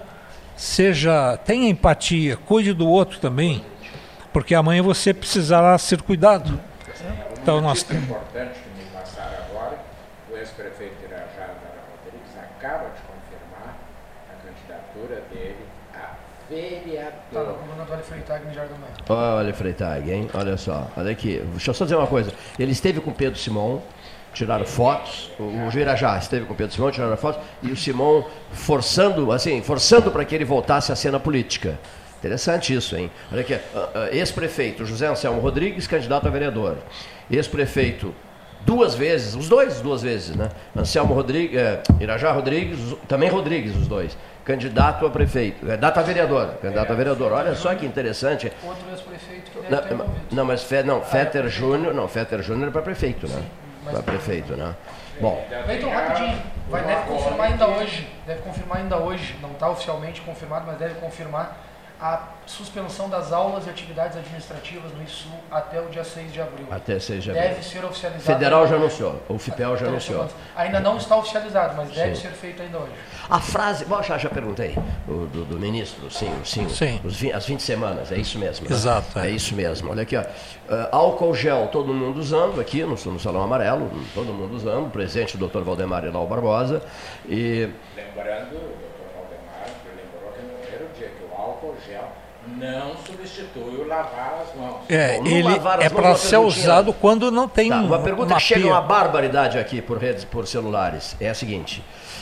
tenha empatia, cuide do outro também, porque amanhã você precisará ser cuidado. Então, importante que me passaram agora, o ex-prefeito Irajá Rodrigues acaba de confirmar a candidatura dele a vereador. Tá, no comando do Freitag no Jardim Maior. Olha, Freitag, hein? Olha só, olha aqui. Deixa eu só dizer uma coisa. Ele esteve com Pedro Simão, tiraram fotos. O Irajá esteve com Pedro Simão, tiraram fotos. E o Simão forçando para que ele voltasse à cena política. Interessante isso, hein? Olha aqui. Ex-prefeito José Anselmo Rodrigues, candidato a vereador. Ex-prefeito duas vezes, os dois duas vezes, né? Anselmo Rodrigues, Irajá Rodrigues, também Rodrigues, os dois. Candidato a prefeito, candidato a vereador, candidato a vereador. Olha só que interessante. Outro ex-prefeito que deve ter envolvido. Não, mas Fetter Júnior, Fetter Júnior é para prefeito, né? Para prefeito, né? Bom. Então, rapidinho, deve confirmar ainda hoje. Deve confirmar ainda hoje. Não está oficialmente confirmado, mas deve confirmar a suspensão das aulas e atividades administrativas no ISU até o dia 6 de abril. Até 6 de abril. Deve ser oficializado. Federal já anunciou, o FIPEL já anunciou. Ainda não está oficializado, mas deve ser feito ainda hoje. A frase, bom, já perguntei do ministro, sim. As 20 semanas, é isso mesmo. Né? Exato. É isso mesmo. Olha aqui, ó. Álcool gel, todo mundo usando, aqui no Salão Amarelo, todo mundo usando, presente do Dr. Valdemar Elau Barbosa. E... Lembrando, não substitui o lavar as mãos. Ele é para ser usado quando não tem uma pergunta que chega uma barbaridade aqui por celulares. É a seguinte.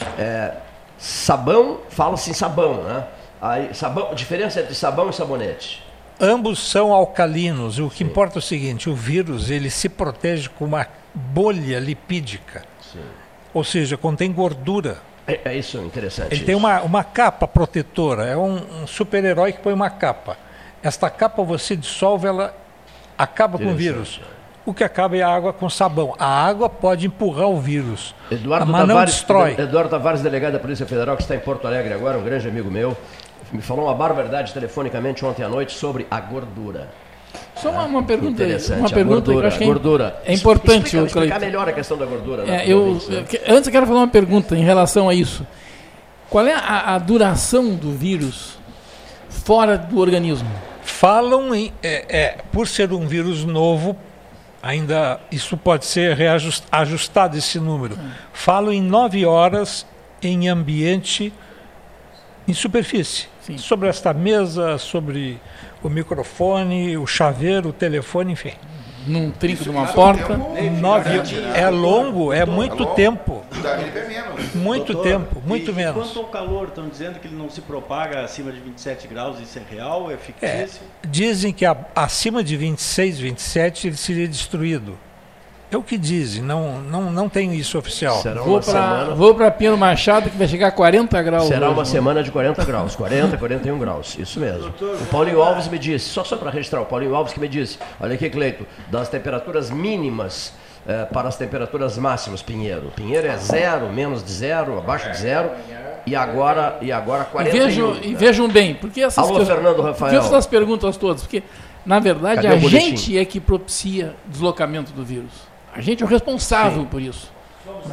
Sabão, fala-se em sabão, né? A diferença entre sabão e sabonete. Ambos são alcalinos. O que importa é o seguinte, o vírus ele se protege com uma bolha lipídica. Sim. Ou seja, contém gordura. É isso, interessante. Ele tem uma capa protetora, é um super-herói que põe uma capa. Esta capa você dissolve, ela acaba com o vírus. O que acaba é a água com sabão. A água pode empurrar o vírus, mas não destrói. Eduardo Tavares, delegado da Polícia Federal, que está em Porto Alegre agora, um grande amigo meu, me falou uma barbaridade telefonicamente ontem à noite sobre a gordura. Só uma pergunta, gordura, que eu acho que gordura. É importante. Explicar melhor a questão da gordura. Né? Antes eu quero fazer uma pergunta em relação a isso. Qual é a duração do vírus fora do organismo? Falam por ser um vírus novo, ainda isso pode ser ajustado esse número. Falam em 9 horas em ambiente, em superfície. Sim. Sobre esta mesa, sobre o microfone, o chaveiro, o telefone, enfim. Num trinco de uma porta. 9 é longo, é muito tempo. Muito tempo, muito menos. Quanto ao calor, estão dizendo que ele não se propaga acima de 27 graus, isso é real, é fictício? Dizem que acima de 26, 27 ele seria destruído. É o que dizem, não tenho isso oficial. Vou para Pinheiro Machado, que vai chegar a 40 graus. Será uma semana de 40 graus, 40, 41 graus, isso mesmo. O Paulinho Alves me disse, só para registrar, o Paulinho Alves que me disse, olha aqui, Cleito, das temperaturas mínimas para as temperaturas máximas, Pinheiro. Pinheiro é 0, menos de 0, abaixo de 0, e agora 41. E vejam bem, porque Fernando Rafael. Por que essas perguntas todas? Porque, na verdade, a gente é que propicia o deslocamento do vírus. A gente é o responsável por isso. Somos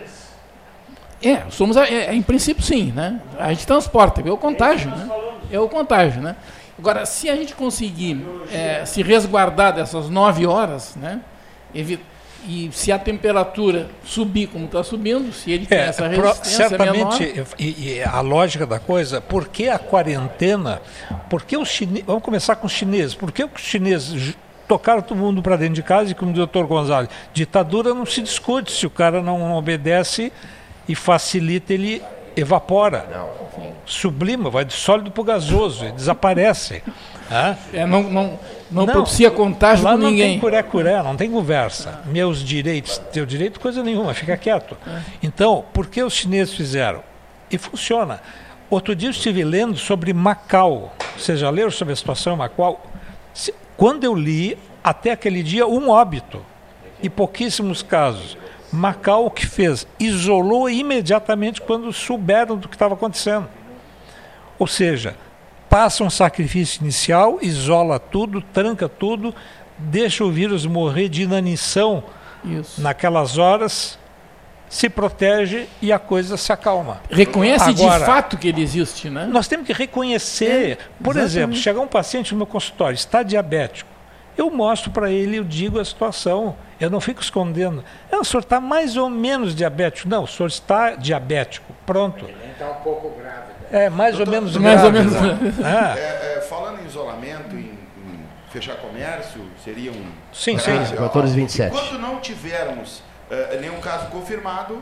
agentes. Em princípio, sim. Né? A gente transporta, é o contágio. Né? É o contágio. Né? Agora, se a gente conseguir se resguardar dessas 9 horas, né? E se a temperatura subir como está subindo, se ele tem essa resistência certamente, menor... E a lógica da coisa, por que a quarentena, vamos começar com os chineses, por que os chineses tocaram todo mundo para dentro de casa e, como o doutor Gonzalez, ditadura não se discute, se o cara não obedece e facilita, ele evapora, sublima, vai de sólido para o gasoso, ele desaparece. Não propicia contágio com ninguém. Não tem curé, não tem conversa. Meus direitos, teu direito, coisa nenhuma, fica quieto. Então, por que os chineses fizeram? E funciona. Outro dia eu estive lendo sobre Macau. Vocês já leram sobre a situação em Macau? Quando eu li, até aquele dia, um óbito e pouquíssimos casos. Macau o que fez? Isolou imediatamente quando souberam do que estava acontecendo. Ou seja, passa um sacrifício inicial, isola tudo, tranca tudo, deixa o vírus morrer de inanição naquelas horas, se protege e a coisa se acalma. Reconhece de fato que ele existe, né? Nós temos que reconhecer. Por exemplo, chegar um paciente no meu consultório, está diabético, eu mostro para ele, eu digo a situação. Eu não fico escondendo. O senhor está mais ou menos diabético. Não, o senhor está diabético. Pronto. Ele está um pouco grave. Mais ou menos grave. Falando em isolamento, em fechar comércio, seria um... Sim. 14h27. Enquanto não tivermos nenhum caso confirmado,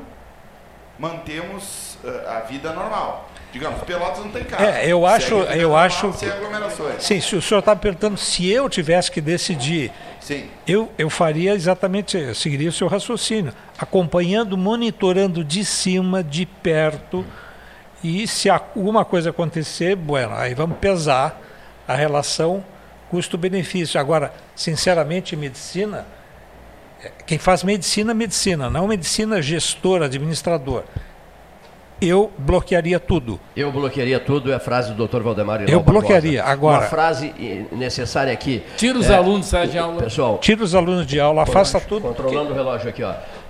mantemos a vida normal. Digamos, Pelotas não tem caso. Eu acho sem aglomerações. Sim, se o senhor está perguntando se eu tivesse que decidir, sim, eu faria exatamente, eu seguiria o seu raciocínio, acompanhando, monitorando de cima, de perto, e se alguma coisa acontecer, aí vamos pesar a relação custo-benefício. Agora, sinceramente, medicina, quem faz medicina, não medicina gestor, administrador. Eu bloquearia tudo. Eu bloquearia tudo é a frase do Dr. Valdemar Iral Eu bloquearia. Agora, uma frase necessária aqui. Tira os alunos de aula. Pessoal, tira os alunos de aula, afasta tudo. Controlando o relógio aqui, ó.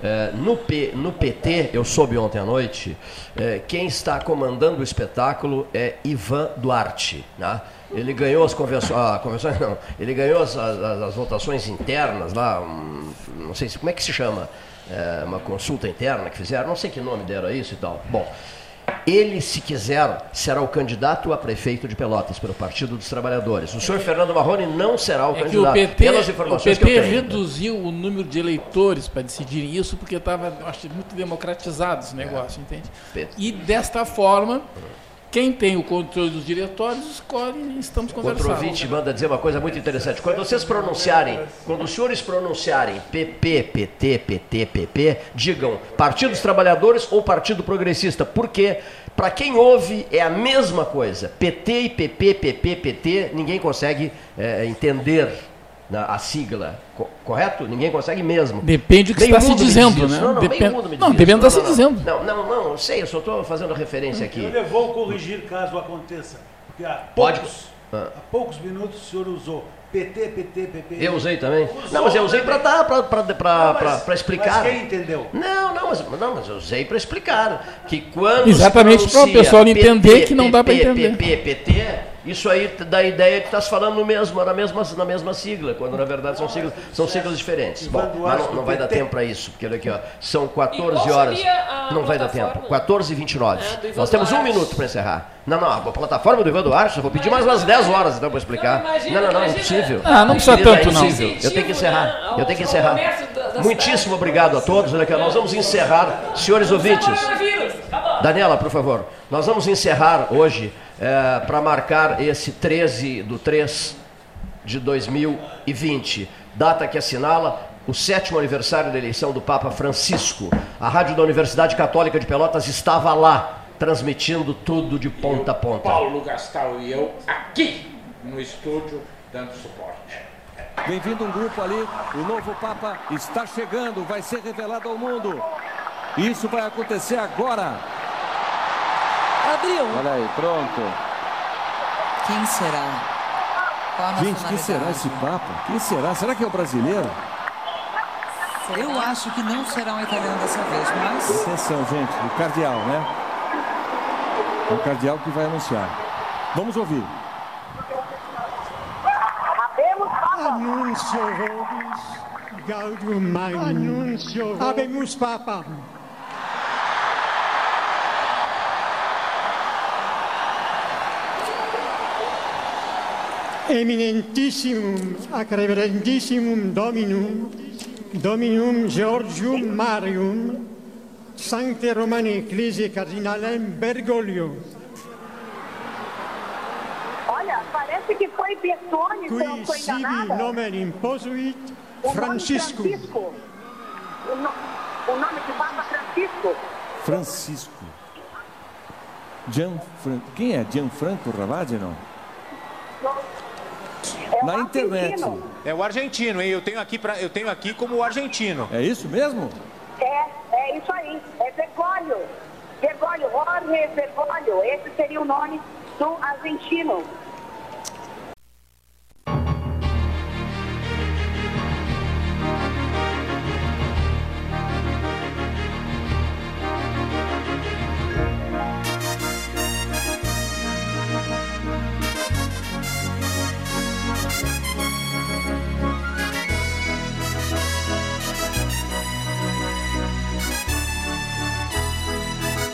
No PT, eu soube ontem à noite, quem está comandando o espetáculo é Ivan Duarte, né? Ele ganhou as convenções, não. Ele ganhou as votações internas lá, não sei como é que se chama. Uma consulta interna que fizeram, não sei que nome deram a isso e tal. Bom, ele, se quiser, será o candidato a prefeito de Pelotas pelo Partido dos Trabalhadores. O senhor Fernando Marrone não será o candidato. Pelas informações que eu tenho. O PT reduziu o número de eleitores para decidirem isso porque estava, acho, muito democratizado esse negócio, entende? E desta forma, quem tem o controle dos diretórios escolhe e estamos conversando. Outro ouvinte manda dizer uma coisa muito interessante. Quando os senhores pronunciarem PP, PT, PT, PP, digam Partido dos Trabalhadores ou Partido Progressista. Porque, para quem ouve, é a mesma coisa. PT e PP, PP, PT, ninguém consegue entender a sigla. Correto? Ninguém consegue mesmo. Depende do que está se dizendo, né? Depende do que está se dizendo. Não, sei, eu só estou fazendo referência aqui. Eu vou corrigir caso aconteça. Porque há poucos minutos o senhor usou PT, PT, PP. Eu usei também? Não, mas eu usei para explicar. Mas quem entendeu? Mas eu usei para explicar. Que quando exatamente para o pessoal entender que não dá para entender. PT, isso aí dá a ideia que está se falando na mesma sigla, quando na verdade são siglas diferentes. Bom, mas não vai dar tempo para isso, porque olha aqui, ó, são 14 horas. Não vai dar tempo. 14h29. Nós temos 1 minuto para encerrar. Não, a plataforma do Ivan Duarte, eu vou pedir mais umas 10 horas então para explicar. Não, é impossível. Não precisa tanto, não. Eu tenho que encerrar. Muitíssimo obrigado a todos. Olha aqui, nós vamos encerrar, senhores ouvintes. Daniela, por favor. Nós vamos encerrar hoje para marcar esse 13/3 de 2020, data que assinala o 7º aniversário da eleição do Papa Francisco. A rádio da Universidade Católica de Pelotas estava lá, transmitindo tudo de ponta a ponta. Paulo Gastal e eu aqui no estúdio dando suporte. Bem-vindo um grupo ali, o novo Papa está chegando, vai ser revelado ao mundo. Isso vai acontecer agora. Abriu. Olha aí, pronto. Quem será? Qual a gente, quem será esse Papa? Quem será? Será que é o brasileiro? Eu acho que não será um italiano dessa vez, mas... Atenção, gente, o cardeal, né? É o cardeal que vai anunciar. Vamos ouvir. Anúncio vobis, Gaudium Magnum. Anúncio habemus Papa. Eminentissimum, acreverentissimum Dominum Georgium Marium, Sancte Romani Ecclesiae Cardinalem Bergoglio. Olha, parece que foi Bertone, se não foi enganada. Nomen imposuit Francisco. O nome de Papa Francisco. Francisco. Quem é? Gianfranco Ravaggi, não? Na internet. É o argentino, hein? Eu tenho aqui como o argentino. É isso mesmo? É isso aí. É Bergoglio. Jorge Bergoglio. Esse seria o nome do argentino.